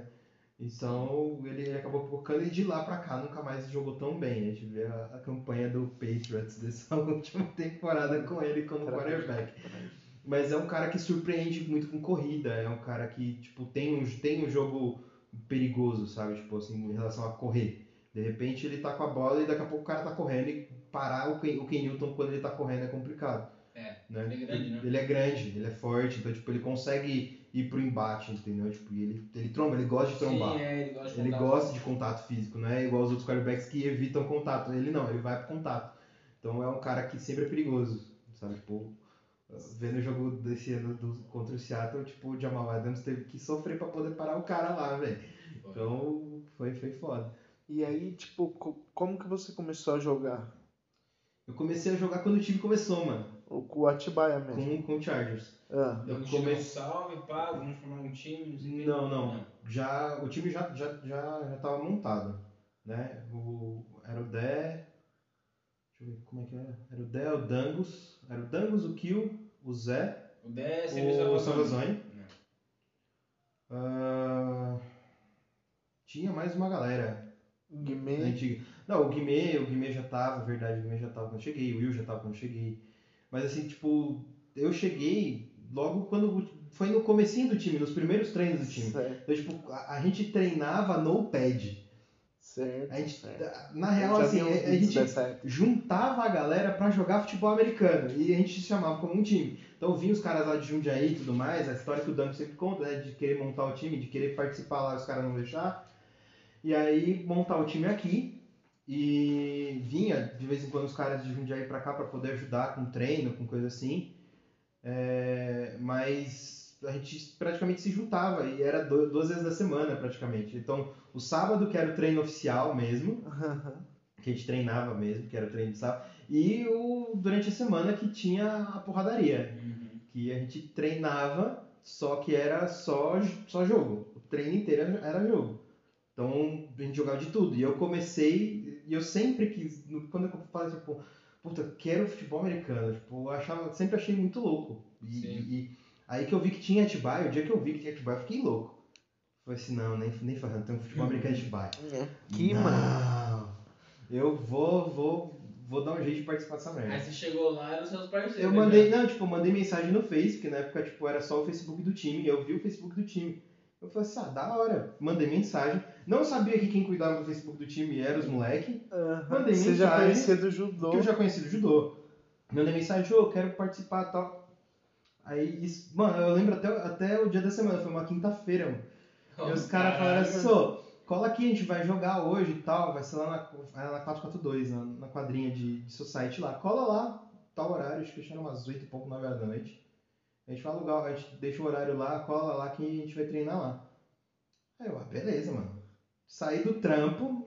Então ele acabou pipocando e de lá pra cá nunca mais jogou tão bem. A gente vê a campanha do Patriots dessa última temporada com ele como quarterback. Mas é um cara que surpreende muito com corrida, é um cara que tipo, tem um jogo perigoso, sabe? Tipo assim, em relação a correr. De repente ele tá com a bola e daqui a pouco o cara tá correndo e parar o Ken Newton quando ele tá correndo é complicado. Né? Ele é grande, né? Ele é grande, ele é forte, então tipo, ele consegue ir pro embate, entendeu? Tipo, ele tromba, ele gosta de trombar. Sim, ele gosta de contato. Ele gosta de contato físico, não é igual os outros quarterbacks que evitam contato. Ele não, ele vai pro contato. Então é um cara que sempre é perigoso, sabe? Tipo, vendo o jogo desse ano contra o Seattle, tipo, o Jamal Adams teve que sofrer pra poder parar o cara lá, velho. Então foi foda. E aí, tipo, como que você começou a jogar? Eu comecei a jogar quando o time começou, mano. Com o Atibaia mesmo? Com o Chargers. Eu comecei... salve, pá, vamos formar um time? Não. O time já tava montado, né? Era o Dé... Deixa eu ver como é que era. Era o Dé, o Dangus, o Kill, o Zé... O Dé, o Salvazone. Tinha mais uma galera. Guimê. Não, o Guimê já tava, verdade, o Guimê já tava quando eu cheguei, o Will já tava quando eu cheguei. Mas assim, tipo, eu cheguei logo quando foi no comecinho do time, nos primeiros treinos do time. Certo. Então, tipo, a gente treinava no pad. Certo. A gente, na real, assim, a gente juntava a galera pra jogar futebol americano e a gente se chamava como um time. Então vinha os caras lá de Jundiaí e tudo mais, a história que o Dano sempre conta, né, de querer montar o time, de querer participar lá, os caras não deixar. E aí montar o time aqui e vinha de vez em quando os caras de Jundiaí pra cá pra poder ajudar com treino, com coisa assim. Mas a gente praticamente se juntava e era 2 vezes na semana praticamente. Então o sábado, que era o treino oficial mesmo, que a gente treinava mesmo, que era o treino de sábado, e durante a semana que tinha a porradaria, que a gente treinava, só que era só jogo. O treino inteiro era jogo. Então, a gente jogava de tudo. E eu comecei, e eu sempre quis, quando eu falei, tipo, puta, quero futebol americano, tipo, sempre achei muito louco. E aí que eu vi que tinha Atibaia, o dia que eu vi que tinha Atibaia, eu fiquei louco. Falei assim, não, nem falando, tem um futebol americano de Atibaia. Mano. Eu vou dar um jeito de participar dessa merda. Aí você chegou lá e eram seus parceiros. Eu mandei mensagem no Face, porque na época, tipo, era só o Facebook do time, e eu vi o Facebook do time. Eu falei assim, da hora. Mandei mensagem. Não sabia que quem cuidava do Facebook do time era os moleque. Mandei mensagem. Você já conhecia do judô. Que eu já conheci do judô. Mandei mensagem, eu quero participar e tal. Aí, isso, mano, eu lembro até o dia da semana, foi uma quinta-feira, mano. E os caras falaram assim, cola aqui, a gente vai jogar hoje e tal, vai ser lá na 442, na quadrinha de society lá. Cola lá, tal horário, acho que era umas 8 e pouco, 9 horas da noite. A gente vai alugar, a gente deixa o horário lá, cola lá que a gente vai treinar lá. Aí eu, beleza, mano. Saí do trampo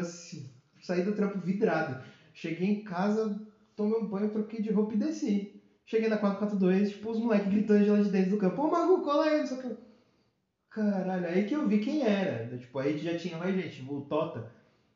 vidrado. Cheguei em casa, tomei um banho, troquei de roupa e desci. Cheguei na 442, tipo, os moleques gritando de lá de dentro do campo. Ô, Magu, cola aí, não sei o que. Caralho, aí que eu vi quem era. Tipo, aí já tinha mais gente, tipo, o Tota,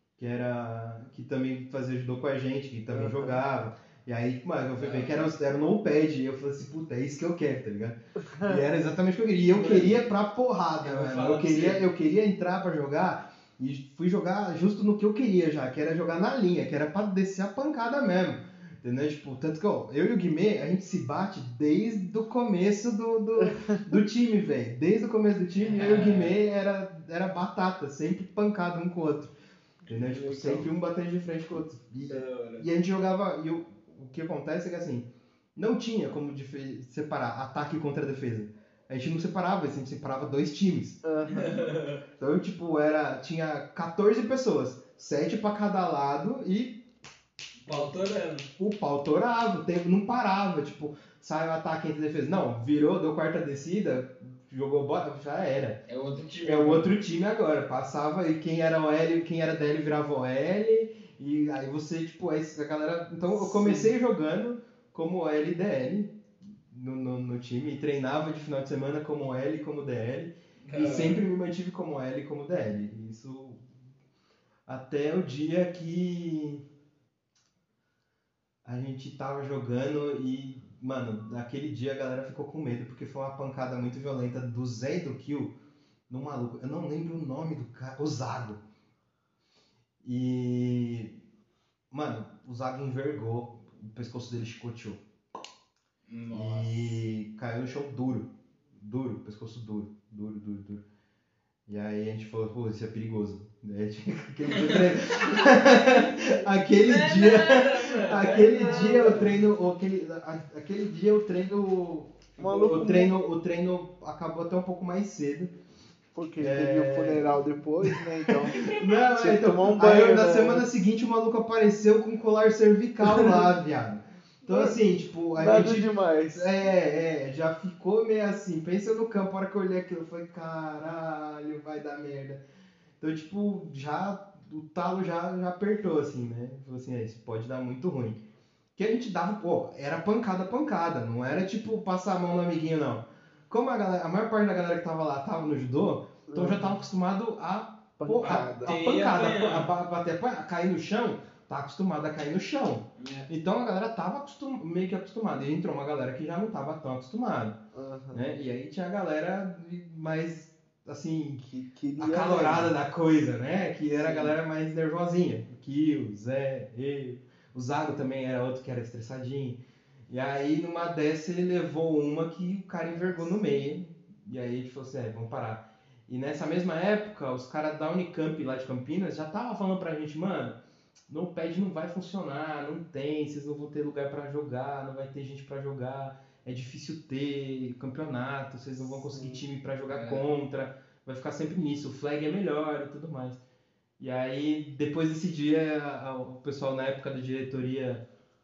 que também fazia judô com a gente, que também jogava. E aí, mano, eu fui ver que era o no-pad, e eu falei assim, puta, é isso que eu quero, tá ligado? E era exatamente o que eu queria. E eu queria pra porrada, mano. Eu queria entrar pra jogar, e fui jogar justo no que eu queria já, que era jogar na linha, que era pra descer a pancada mesmo. Entendeu? Tipo, tanto que eu e o Guimê, a gente se bate desde o começo do time, velho. Desde o começo do time, eu e o Guimê era batata, sempre pancada um com o outro. Entendeu? Tipo, sempre um batendo de frente com o outro. E a gente jogava. E o que acontece é que assim, não tinha como separar ataque contra defesa. A gente não separava, a gente separava 2 times. Então, tipo, tinha 14 pessoas, 7 pra cada lado e. O pau torava, o tempo não parava, tipo, sai o ataque entre defesa. Não, virou, deu quarta descida, jogou bola, já era. É outro time. É o outro time agora. Passava e quem era OL, quem era DL virava OL. E aí você, tipo, aí a galera. Então eu comecei jogando como OL e DL no time, e treinava de final de semana como OL e como DL. E sempre me mantive como OL e como DL. Isso até o dia que a gente tava jogando e, mano, naquele dia a galera ficou com medo, porque foi uma pancada muito violenta do Zé e do Kill no maluco. Eu não lembro o nome do cara, o Zago. E, mano, o Zago envergou, o pescoço dele chicoteou. Nossa. E caiu no chão duro, pescoço duro. E aí a gente falou, pô, isso é perigoso. Aquele dia o treino acabou até um pouco mais cedo. Porque teve o funeral depois, né? Então. Não, você então, tomou um banho. Aí, na semana seguinte o maluco apareceu com um colar cervical lá, viado. Então assim, tipo, a gente. Demais. Já ficou meio assim. Pensa no campo, a hora que eu olhei aquilo, eu falei, caralho, vai dar merda. Então, tipo, o talo já apertou, assim, né? Falei assim, isso pode dar muito ruim. Que a gente dava, pô, era pancada. Não era, tipo, passar a mão no amiguinho, não. Como a maior parte da galera que tava lá tava no judô, então já tava acostumado a cair no chão, tá acostumado a cair no chão. Então a galera tava meio que acostumada. E entrou uma galera que já não tava tão acostumada. Né? E aí tinha a galera mais, assim, acalorada da coisa, né? Que era a galera mais nervosinha. O Kio, o Zé, eu. O Zago também era outro que era estressadinho. E aí numa dessa ele levou uma que o cara envergou no meio. E aí a gente falou assim, vamos parar. E nessa mesma época, os caras da Unicamp lá de Campinas já estavam falando pra gente, mano, no pad não vai funcionar, não tem, vocês não vão ter lugar pra jogar, não vai ter gente pra jogar, é difícil ter campeonato, vocês não vão conseguir time pra jogar contra, vai ficar sempre nisso, o flag é melhor e tudo mais. E aí, depois desse dia, o pessoal na época da diretoria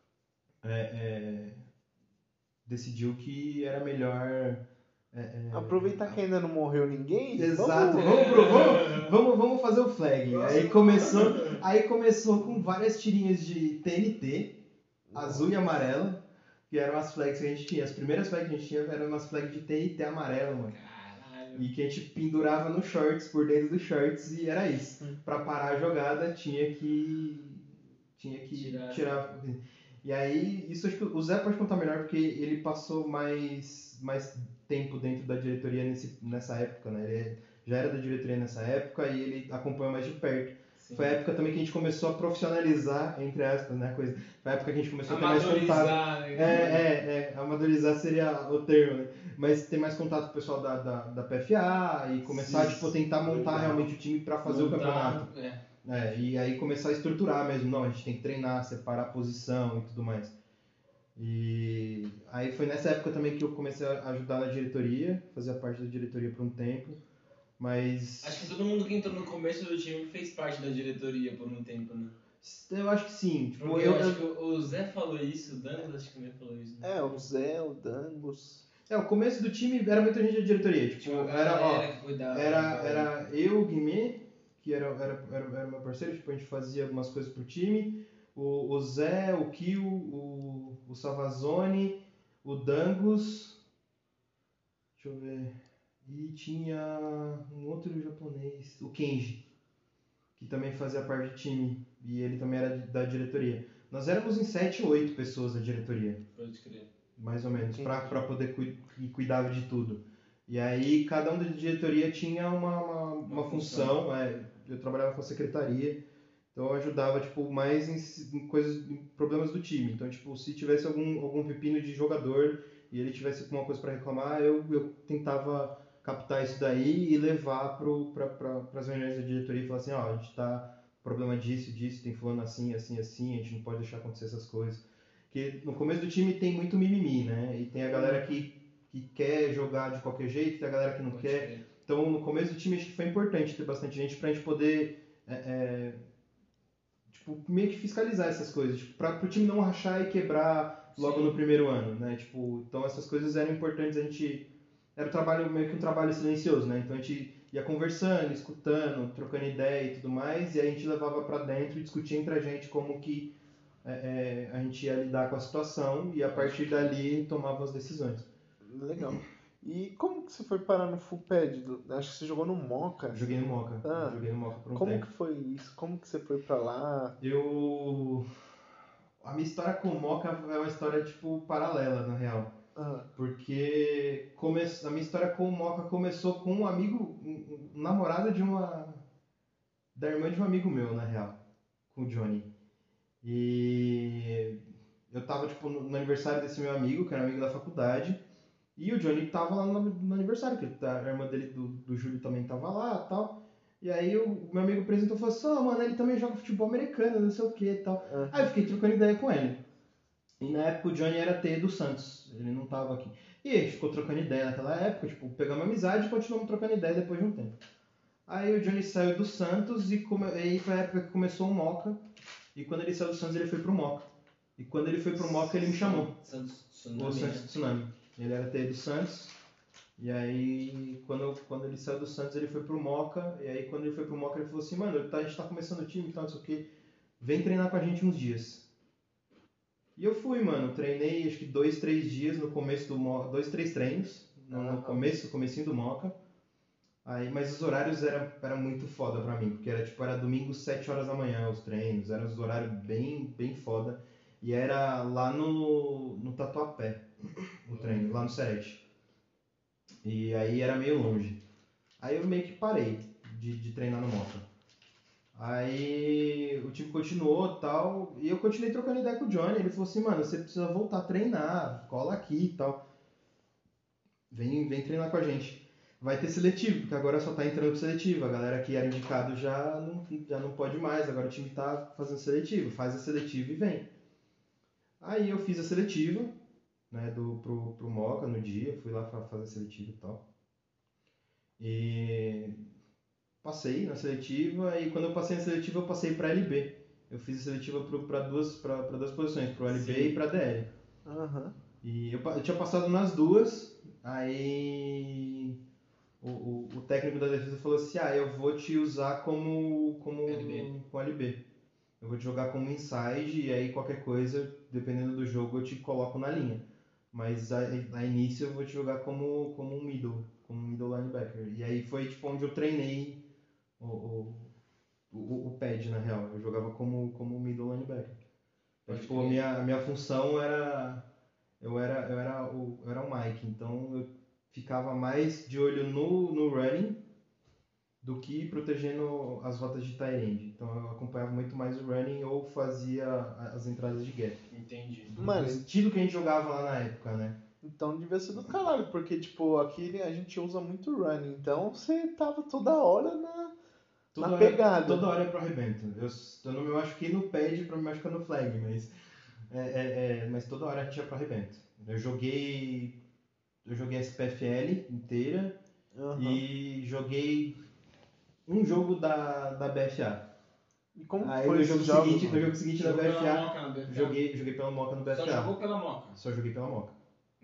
decidiu que era melhor... aproveitar que ainda não morreu ninguém. Exato, vamos fazer o flag. Aí Aí começou com várias tirinhas de TNT, azul e amarela, que eram as flags que a gente tinha. As primeiras flags que a gente tinha eram umas flags de TNT amarelo, mano. Caralho. E que a gente pendurava no shorts, por dentro dos shorts, e era isso. Pra parar a jogada, tinha que tirar. E aí, isso acho que o Zé pode contar melhor, porque ele passou mais tempo dentro da diretoria nessa época, né? Ele já era da diretoria nessa época e ele acompanhou mais de perto. Sim. Foi a época também que a gente começou a profissionalizar, entre aspas, né? Coisa. Foi a época que a gente começou a ter mais contato. Né? Amadorizar seria o termo, né? Mas ter mais contato com o pessoal da PFA e começar, tipo, tentar montar realmente o time pra fazer o campeonato. E aí começar a estruturar mesmo. Não, a gente tem que treinar, separar a posição e tudo mais. E aí foi nessa época também que eu comecei a ajudar na diretoria, fazia parte da diretoria por um tempo. Mas Acho que todo mundo que entrou no começo do time fez parte da diretoria por um tempo, né? eu acho que sim. Tipo, Porque eu acho que o Zé falou isso, o Dangos acho que também falou isso. Né? O Zé, o Dangos. O começo do time era muita gente da diretoria. Tipo, que cuidava. Era eu, o Guimê, que era meu parceiro, tipo, a gente fazia algumas coisas pro time. O Zé, o Kio, o Savazone, o Dangos. Deixa eu ver. E tinha um outro japonês, o Kenji, que também fazia parte do time. E ele também era da diretoria. Nós éramos em 7 ou 8 pessoas da diretoria. Pode crer. Mais ou menos, pra poder cuidar de tudo. E aí cada um da diretoria tinha uma função. Eu trabalhava com a secretaria, então eu ajudava tipo, mais em coisas, em problemas do time. Então, tipo, se tivesse algum pepino de jogador e ele tivesse alguma coisa para reclamar, eu tentava captar isso daí e levar para as reuniões da diretoria e falar assim, a gente tá com problema disso, tem fulano assim, assim, assim, a gente não pode deixar acontecer essas coisas. Porque no começo do time tem muito mimimi, né? E tem a galera que quer jogar de qualquer jeito, tem a galera que não quer. Então, no começo do time, acho que foi importante ter bastante gente pra gente poder tipo, meio que fiscalizar essas coisas. Tipo, pro time não rachar e quebrar logo no primeiro ano, né? Tipo, então, essas coisas eram importantes. Era meio que um trabalho silencioso, né? Então, a gente ia conversando, escutando, trocando ideia e tudo mais. E aí a gente levava pra dentro e discutia entre a gente como que a gente ia lidar com a situação e a partir dali tomava as decisões. Legal. E como que você foi parar no Full Pad? Acho que você jogou no Moca. Joguei no Moca. Joguei no Moca por um tempo. Como que foi isso? Como que você foi pra lá? A minha história com o Moca é uma história, tipo, paralela, na real. Porque a minha história com o Moca começou com um amigo, um namorado da irmã de um amigo meu, na real. Com o Johnny. E eu tava, tipo, no aniversário desse meu amigo, que era amigo da faculdade, e o Johnny tava lá no aniversário, que a irmã dele, do Júlio, também tava lá e tal. E aí o meu amigo apresentou e falou assim, mano, ele também joga futebol americano, não sei o que e tal. Aí eu fiquei trocando ideia com ele. E na época o Johnny era TE do Santos, ele não tava aqui. E a gente ficou trocando ideia naquela época, tipo, pegamos amizade e continuamos trocando ideia depois de um tempo. Aí o Johnny saiu do Santos e aí foi a época que começou o Moca. E quando ele saiu do Santos, ele foi pro Moca. E quando ele foi pro Moca, ele me chamou. Santos Tsunami. Ele era TE do Santos. E aí, quando ele saiu do Santos, ele foi pro Moca. E aí, quando ele foi pro Moca, ele falou assim, mano, a gente tá começando o time e tal, não sei o que. Vem treinar com a gente uns dias. E eu fui, mano. Treinei, acho que 2, 3 dias no começo do Moca. 2, 3 treinos. No comecinho do Moca. Aí, mas os horários eram muito foda pra mim, porque era domingo 7 horas da manhã os treinos, eram os horários bem, bem foda. E era lá no Tatuapé, o treino, lá no Serete. E aí era meio longe. Aí eu meio que parei de treinar no Moca. Aí o time continuou e tal, e eu continuei trocando ideia com o Johnny. Ele falou assim, mano, você precisa voltar a treinar, cola aqui e tal. Vem treinar com a gente. Vai ter seletivo, porque agora só tá entrando pro seletivo. A galera que era indicado já não pode mais, agora o time tá fazendo seletivo. Faz a seletiva e vem. Aí eu fiz a seletiva, né, pro Moca no dia, fui lá fazer a seletiva e tal. E passei na seletiva, e quando eu passei na seletiva eu passei pra LB. Eu fiz a seletiva pra duas posições, pro LB e pra DL. E eu tinha passado nas duas, aí o técnico da defesa falou assim, eu vou te usar como LB. eu vou te jogar como inside e aí qualquer coisa, dependendo do jogo, eu te coloco na linha. Mas a início eu vou te jogar como um middle linebacker. E aí foi tipo onde eu treinei o pad, na real. Eu jogava como middle linebacker. Então, tipo, a minha função era... Eu era o Mike, então eu ficava mais de olho no running do que protegendo as rotas de tight end. Então eu acompanhava muito mais o running ou fazia as entradas de gap. Entendi. Mano, O estilo que a gente jogava lá na época, né? então devia ser do caralho, porque, tipo, aqui a gente usa muito running, então você tava toda hora na pegada. Toda hora é pro arrebento. Eu acho que no pad pra me machucar no flag, mas toda hora a gente ia pro arrebento. Eu joguei SPFL inteira e joguei um jogo da BFA. E como Aí foi no esse jogo jogo? seguinte da BFA, joguei pela Moca no BFA. Só jogou pela Moca? Só joguei pela Moca.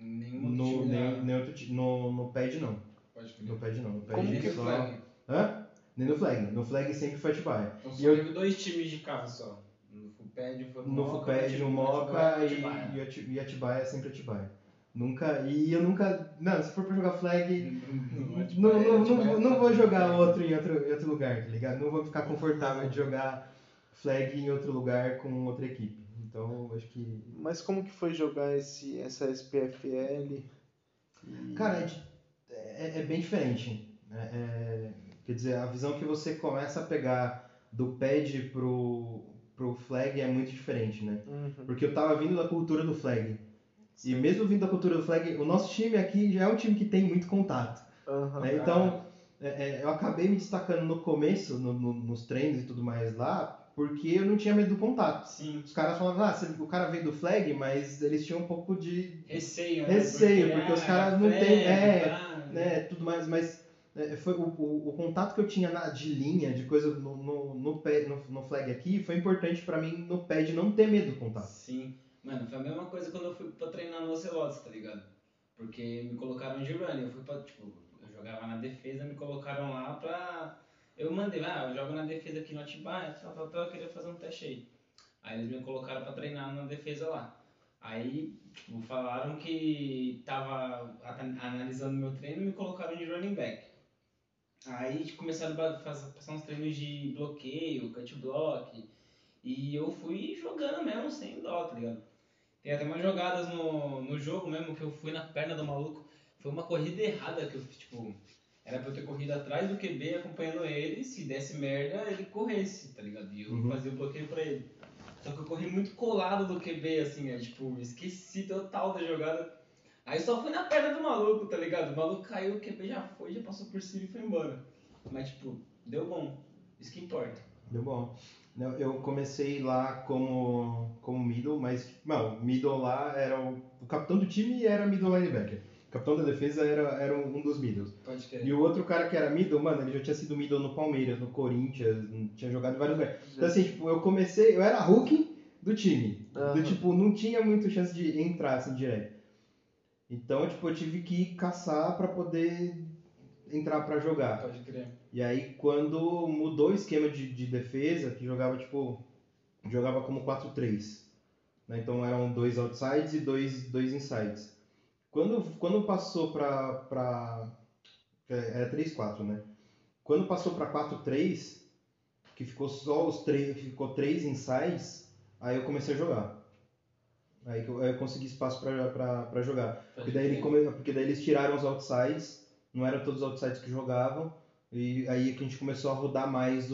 Nenhum outro time No pad não. Pode crer. No pad não. No pad Como que só... flag? Hã? Nem no flag. No flag sempre foi Atibaia. Então só teve 2 times de casa só. No Fupad foi No Fupad, o Moca e Atibaia sempre Atibaia. E eu nunca... Não, se for pra jogar flag, não vou jogar outro em outro lugar, tá ligado? Não vou ficar confortável de jogar flag em outro lugar com outra equipe. Então, acho que... Mas como que foi jogar essa SPFL? Cara, é bem diferente. Quer dizer, a visão que você começa a pegar do pad pro flag é muito diferente, né? Uhum. Porque eu tava vindo da cultura do flag. Sim. E mesmo vindo da cultura do flag, o nosso time aqui já é um time que tem muito contato. Né? Então, eu acabei me destacando no começo, nos treinos e tudo mais lá, porque eu não tinha medo do contato. Sim. Os caras falavam, o cara veio do flag, mas eles tinham um pouco de... Receio, porque os caras não têm... né, tudo mais, mas... Foi o contato que eu tinha de linha, de coisa no flag aqui, foi importante pra mim no pad não ter medo do contato. Sim. Mano, foi a mesma coisa quando eu fui pra treinar no Ocelotes, tá ligado? Porque me colocaram de running, eu fui pra, tipo, eu jogava na defesa, me colocaram lá pra... Eu mandei, eu jogo na defesa aqui no Atibaia, eu queria fazer um teste aí. Aí eles me colocaram pra treinar na defesa lá. Aí, tipo, falaram que tava analisando meu treino e me colocaram de running back. Aí tipo, começaram a passar uns treinos de bloqueio, cut block, e eu fui jogando mesmo sem dó, tá ligado? Tem até umas jogadas no jogo mesmo que eu fui na perna do maluco. Foi uma corrida errada que eu, tipo, era pra eu ter corrido atrás do QB acompanhando ele, se desse merda, ele corresse, tá ligado? E eu fazia o bloqueio pra ele. Só que eu corri muito colado do QB, assim, tipo, esqueci total da jogada. Aí só fui na perna do maluco, tá ligado? O maluco caiu, o QB já foi, já passou por cima e foi embora. Mas, tipo, deu bom. Isso que importa. Deu bom. Eu comecei lá como middle, mas, middle lá era o capitão do time era middle linebacker. O capitão da defesa era um dos middles. Pode crer. E o outro cara que era middle, mano, ele já tinha sido middle no Palmeiras, no Corinthians, tinha jogado em vários lugares. Então, assim, tipo, eu era Hulk do time. Do tipo, não tinha muita chance de entrar, assim, direto. Então, tipo, eu tive que caçar pra poder entrar pra jogar. Pode crer. E aí, quando mudou o esquema de defesa, que jogava como 4-3. Né? Então, eram 2 outsides e 2 insides. Quando passou pra era 3-4, né? Quando passou pra 4-3, que ficou só ficou 3 insides, aí eu comecei a jogar. Aí eu consegui espaço pra jogar. Porque daí eles tiraram os outsides, não eram todos os outsides que jogavam, e aí que a gente começou a rodar mais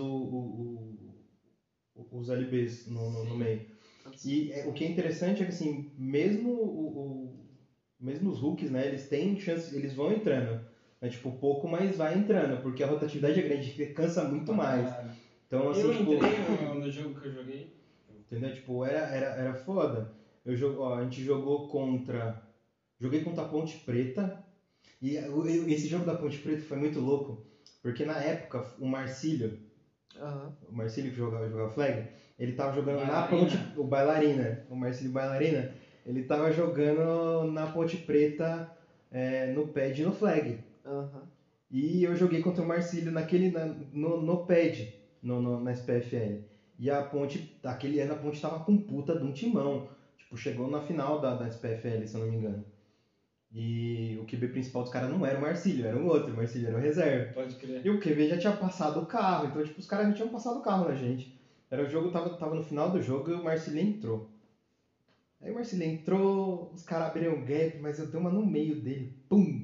os LBs no meio. E o que é interessante é que, assim, mesmo os hooks, né, eles têm chance, eles vão entrando. É tipo, pouco, mas vai entrando, porque a rotatividade é grande, cansa muito mais. Então, assim, eu entrei no jogo que eu joguei. Entendeu? Tipo, era foda. A gente jogou joguei contra a Ponte Preta, e esse jogo da Ponte Preta foi muito louco, porque na época o Marcílio que jogava flag, ele tava jogando na Ponte, o Marcílio Bailarina, ele tava jogando na Ponte Preta no pad e no flag. E eu joguei contra o Marcílio no pad, na SPFL. E a Ponte, aquele ano a Ponte tava com puta de um timão. Tipo, chegou na final da SPFL, se eu não me engano. E o QB principal dos caras não era o Marcílio, era um outro. O Marcílio era o reserva. Pode crer. E o QB já tinha passado o carro. Então, tipo, os caras já tinham passado o carro na gente. Era o jogo, tava no final do jogo e o Marcílio entrou. Aí o Marcílio entrou, os caras abriram o gap, mas eu dei uma no meio dele. Pum!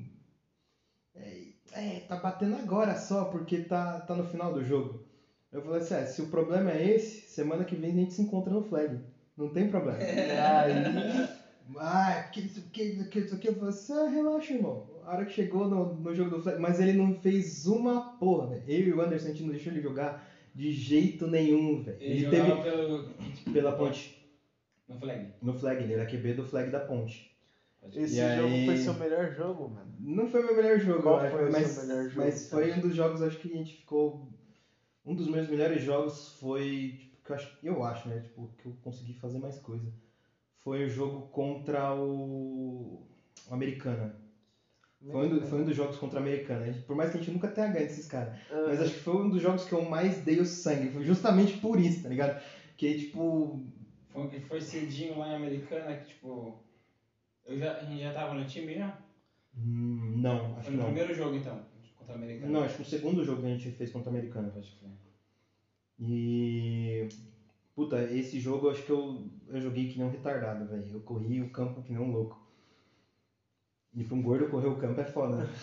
Tá batendo agora só, porque tá no final do jogo. Eu falei assim, se o problema é esse, semana que vem a gente se encontra no flag. Não tem problema. E aí, isso aqui. Eu falei assim, relaxa, irmão. A hora que chegou no jogo do flag, mas ele não fez uma porra, velho. Eu e o Anderson, a gente não deixou ele jogar de jeito nenhum, velho. Ele jogava pela Ponte. No flag. No flag, ele era QB do flag da Ponte. Esse jogo foi seu melhor jogo, mano? Não foi meu melhor jogo, Qual eu acho, foi o mas, seu melhor jogo, mas foi um dos jogos, acho que a gente ficou... Um dos meus melhores jogos foi, tipo, que eu acho, né, tipo, que eu consegui fazer mais coisa. Foi o jogo contra o Americana. Foi um dos jogos contra a Americana. Por mais que a gente nunca tenha ganho desses caras. Mas acho que foi um dos jogos que eu mais dei o sangue. Foi justamente por isso, tá ligado? Que, tipo... Foi cedinho lá em Americana, que, tipo... A gente já tava no time já? Não, acho que não. Foi no primeiro jogo, então, contra a Americana? Não, acho que o segundo jogo que a gente fez contra a Americana. Pode crer. E... Puta, esse jogo eu acho que eu joguei que nem um retardado, velho. Eu corri o campo que nem um louco. E pra um gordo correr o campo é foda, né?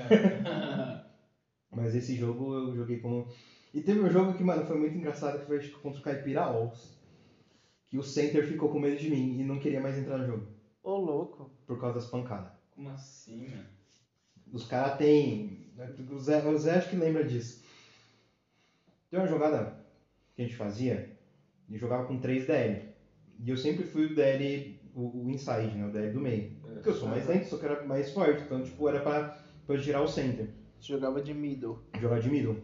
Mas esse jogo eu joguei como... E teve um jogo que, mano, foi muito engraçado, que foi acho que contra o Caipira-Olls. Que o center ficou com medo de mim e não queria mais entrar no jogo. Ô, louco. Por causa das pancadas. Como assim, mano? Os caras têm... O Zé acho que lembra disso. Tem uma jogada que a gente fazia, e jogava com 3 DL. E eu sempre fui o DL, o inside, né? O DL do meio. Porque eu sou mais lento, só que era mais forte. Então, tipo, era pra eu tirar o center. Você jogava de middle. Jogava de middle.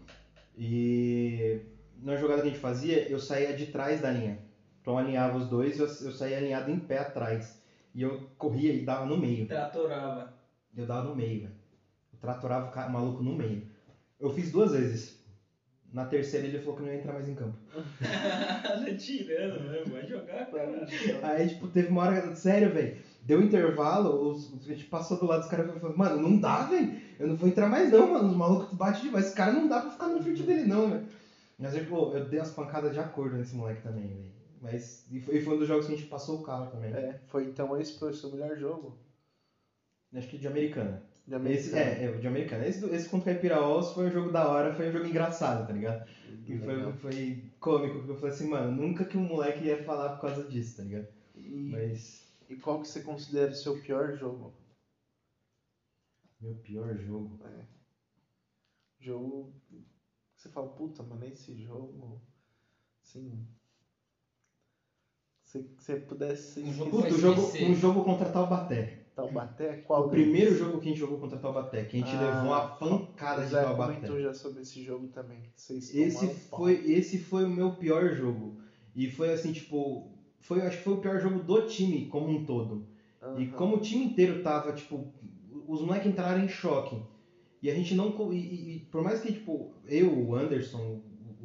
E na jogada que a gente fazia, eu saía de trás da linha. Então eu alinhava os dois, eu saía alinhado em pé atrás. E eu corria e dava no meio. Tratorava. Eu dava no meio, velho. Eu tratorava o maluco no meio. Eu fiz 2 vezes. Na terceira ele falou que não ia entrar mais em campo. Tá tirando mesmo, vai jogar, cara. Aí, tipo, teve uma hora... Sério, velho. Deu intervalo, a gente passou do lado dos caras e falou, mano, não dá, velho. Eu não vou entrar mais não, mano. Os malucos batem demais. Esse cara não dá pra ficar na frente dele não, velho. Mas eu dei umas pancadas de acordo nesse moleque também, velho. Mas... E foi um dos jogos que a gente passou o carro também. Então esse foi o seu melhor jogo? Acho que de Americana. De Americana. O de Americana. Esse contra o Caipira-Olls foi um jogo da hora, foi um jogo engraçado, tá ligado? E foi cômico, porque eu falei assim, mano, nunca que um moleque ia falar por causa disso, tá ligado? E qual que você considera o seu pior jogo? Meu pior jogo? Jogo que você fala, puta, mano, esse jogo... Assim... Se você pudesse... Um jogo contra Taubaté. Taubaté? Qual o primeiro jogo que a gente jogou contra Taubaté, que a gente levou uma pancada de Taubaté. Comentou já sobre esse jogo também. Esse foi o meu pior jogo. E foi assim, tipo... acho que foi o pior jogo do time como um todo. Uhum. E como o time inteiro tava, tipo... Os moleques entraram em choque. E a gente não... E por mais que, tipo, eu, o Anderson,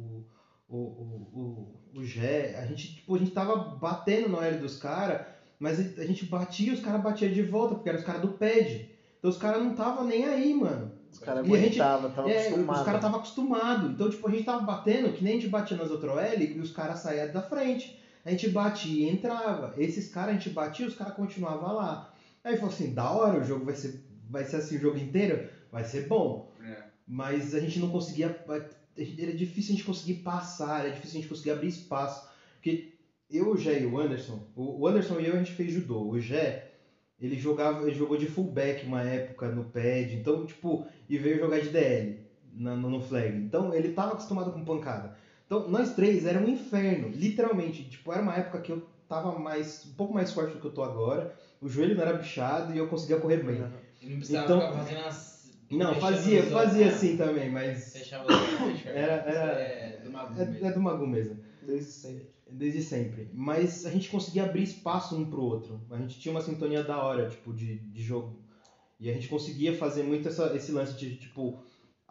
o Gé, a gente tava batendo na L dos caras, mas a gente batia e os caras batiam de volta, porque eram os caras do PED. Então os caras não tava nem aí, mano. Os caras aguentavam, tava acostumado. Os caras tava acostumado. Então, tipo, a gente tava batendo, que nem a gente batia nas outras L, e os caras saíam da frente. A gente batia e entrava. Esses caras a gente batia, os caras continuavam lá. Aí falou assim, da hora, o jogo vai ser assim o jogo inteiro? Vai ser bom. Mas a gente não conseguia... Era difícil a gente conseguir passar, era difícil a gente conseguir abrir espaço. Porque eu, o Gé e o Anderson... O Anderson e eu, a gente fez judô. O Gé, ele jogou de fullback uma época no pad. Então, tipo... E veio jogar de DL no flag. Então, ele tava acostumado com pancada. Então, nós três era um inferno. Literalmente. Tipo, era uma época que eu tava um pouco mais forte do que eu tô agora. O joelho não era bichado e eu conseguia correr bem. E não precisava ficar fazendo as... Não, fazia assim também, mas... Fechava os olhos. É do Magu mesmo. É do Magu mesmo. Desde sempre. Mas a gente conseguia abrir espaço um pro outro. A gente tinha uma sintonia da hora, tipo, de jogo. E a gente conseguia fazer muito esse lance de, tipo...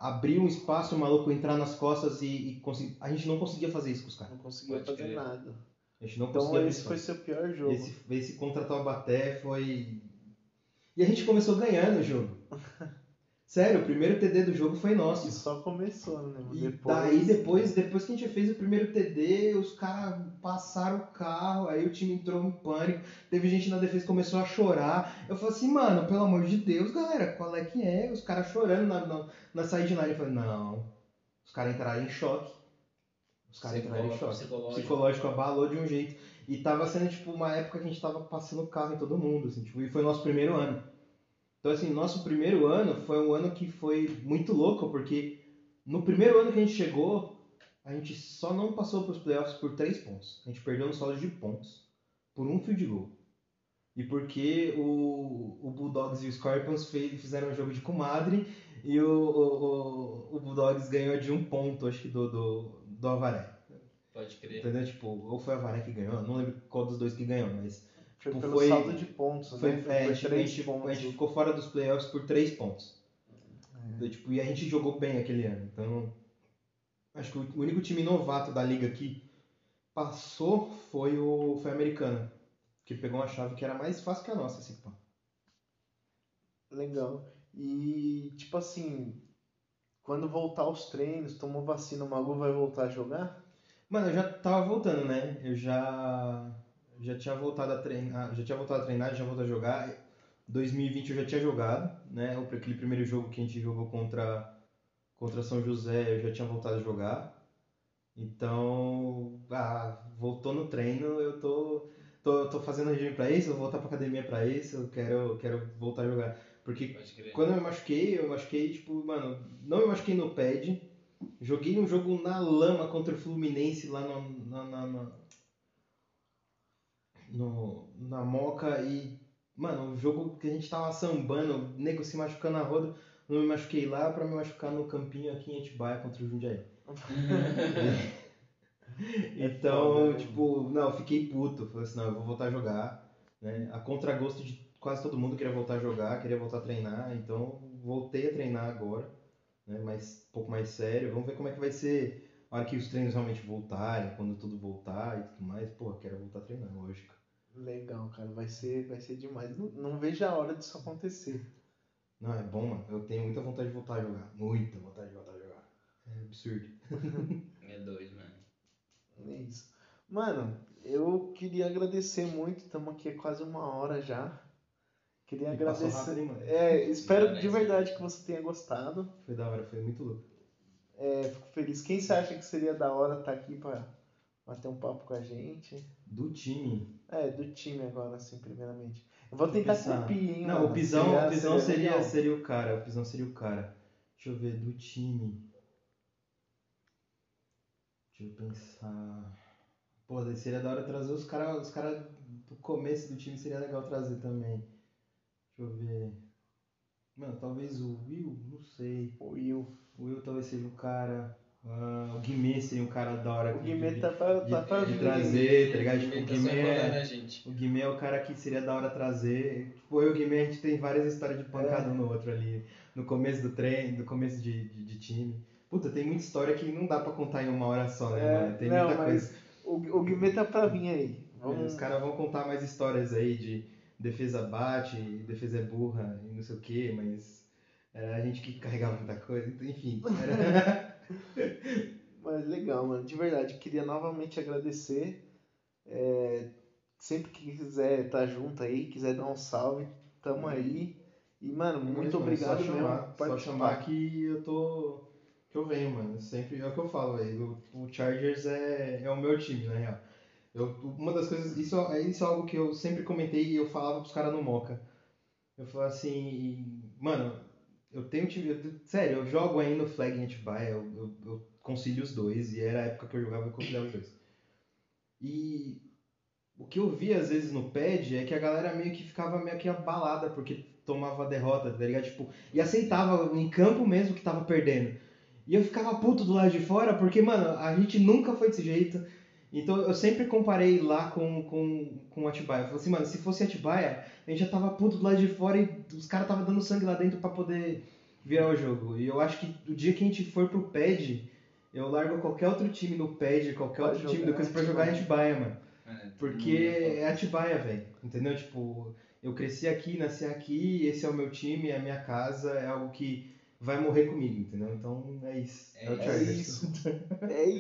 abrir um espaço, o maluco entrar nas costas e conseguir. A gente não conseguia fazer isso com os caras. Não conseguia Pode fazer crer. nada. A gente não Então conseguia esse foi abrir seu pior jogo. esse contra Taubaté foi. E a gente começou ganhando o jogo. Sério, o primeiro TD do jogo foi nosso. E só começou, né? E daí, depois que a gente fez o primeiro TD, os caras passaram o carro, aí o time entrou em pânico, teve gente na defesa que começou a chorar. Eu falei assim, mano, pelo amor de Deus, galera, qual é que é? Os caras chorando na sideline. Eu falei, não, os caras entraram em choque. Os caras entraram em choque. Psicológico abalou de um jeito. E tava sendo, tipo, uma época que a gente tava passando carro em todo mundo, assim, tipo, e foi nosso primeiro ano. Então, assim, nosso primeiro ano foi um ano que foi muito louco, porque no primeiro ano que a gente chegou, a gente só não passou para os playoffs por 3 pontos. A gente perdeu no saldo de pontos por um field goal. E porque o Bulldogs e o Scorpions fizeram um jogo de comadre e o Bulldogs ganhou de 1 ponto, acho que do Avaré. Pode crer. Entendeu? Tipo, ou foi o Avaré que ganhou, não lembro qual dos dois que ganhou, mas... Foi tipo, pelo saldo de pontos, foi, né? a Foi 3 gente pontos. ficou fora dos playoffs por 3 pontos. Então, tipo, e a gente jogou bem aquele ano. Então, acho que o único time novato da liga que passou foi a Americana. Que pegou uma chave que era mais fácil que a nossa, assim, pá. Legal. E, tipo assim, quando voltar aos treinos, tomou vacina, o Magu vai voltar a jogar? Mano, eu já tava voltando, né? Eu já tinha voltado a treinar, já voltado a jogar. 2020 eu já tinha jogado, né? Aquele primeiro jogo que a gente jogou contra São José, eu já tinha voltado a jogar. Então, voltou no treino, eu tô fazendo regime pra isso, eu vou voltar pra academia pra isso, eu quero voltar a jogar. Porque quando eu me machuquei, tipo, mano, não me machuquei no pad, joguei um jogo na lama contra o Fluminense lá na Moca e, mano, o jogo que a gente tava sambando, o nego se machucando na roda, não me machuquei lá pra me machucar no campinho aqui em Atibaia contra o Jundiaí. Então, tipo, não, eu fiquei puto. Falei assim, não, eu vou voltar a jogar. Né? A contragosto de quase todo mundo queria voltar a jogar, queria voltar a treinar. Então, voltei a treinar agora, né? Mas um pouco mais sério. Vamos ver como é que vai ser a hora que os treinos realmente voltarem, quando tudo voltar e tudo mais. Pô, quero voltar a treinar, lógico. Legal, cara. Vai ser demais. Não vejo a hora disso acontecer. Não, é bom, mano. Eu tenho muita vontade de voltar a jogar. Muita vontade de voltar a jogar. É absurdo. É doido, mano. É isso. Mano, eu queria agradecer muito. Estamos aqui há quase 1 hora já. Queria E passou agradecer. rápido, hein, mano? Espero de verdade que você tenha gostado. Foi da hora, foi muito louco. Fico feliz. Quem você acha que seria da hora estar aqui para bater um papo com a gente? Do time. Do time agora, assim, primeiramente. Eu vou tentar cumprir, hein, não, mano. o Pisão legal. seria o cara. O Pisão seria o cara. Deixa eu ver, do time. Deixa eu pensar. Pô, daí seria da hora trazer os cara do começo do time, seria legal trazer também. Deixa eu ver. Mano, talvez o Will, não sei. O Will. O Will talvez seja o cara. O Guimê seria um cara da hora O Guimê tá pra de vir. trazer, tá ligado? Tipo, O o Guimê é o cara que seria da hora trazer. Tipo, eu e o Guimê, a gente tem várias histórias de pancada um no outro ali. No começo do treino, no começo de time. Puta, tem muita história que não dá pra contar em 1 hora só, né, mano? Tem muita coisa. O Guimê tá pra vir aí. Os caras vão contar mais histórias aí de defesa bate, defesa é burra e não sei o que, mas era a gente que carregava muita coisa, enfim. Mas legal, mano. De verdade, queria novamente agradecer. Sempre que quiser estar junto aí, quiser dar um salve, tamo aí. E, mano, muito obrigado mesmo. Só chamar que que eu venho, mano. Sempre é o que eu falo aí. O Chargers é o meu time, na real. Uma das coisas, isso é algo que eu sempre comentei e eu falava pros caras no Moca. Eu falava assim, mano, eu tenho time. Sério, eu jogo aí no Flag em Atibaia, eu concilio os dois, e era a época que eu jogava, eu conciliava os dois. E o que eu via às vezes no pad é que a galera meio que ficava meio que abalada porque tomava a derrota, tá ligado? Tipo, e aceitava em campo mesmo que tava perdendo. E eu ficava puto do lado de fora porque, mano, a gente nunca foi desse jeito. Então eu sempre comparei lá com Atibaia. Eu falei assim, mano, se fosse Atibaia, a gente já tava puto do lado de fora e os caras tava dando sangue lá dentro pra poder virar o jogo. E eu acho que o dia que a gente for pro PED, eu largo qualquer outro time no PED, qualquer Pra outro time jogar do coisa pra jogar em Atibaia, mano. Porque não dá é Atibaia, velho. Entendeu? Tipo, eu cresci aqui, nasci aqui, esse é o meu time, é a minha casa, é algo que vai morrer comigo, entendeu? Então é isso. É o isso. Chargers. É isso. É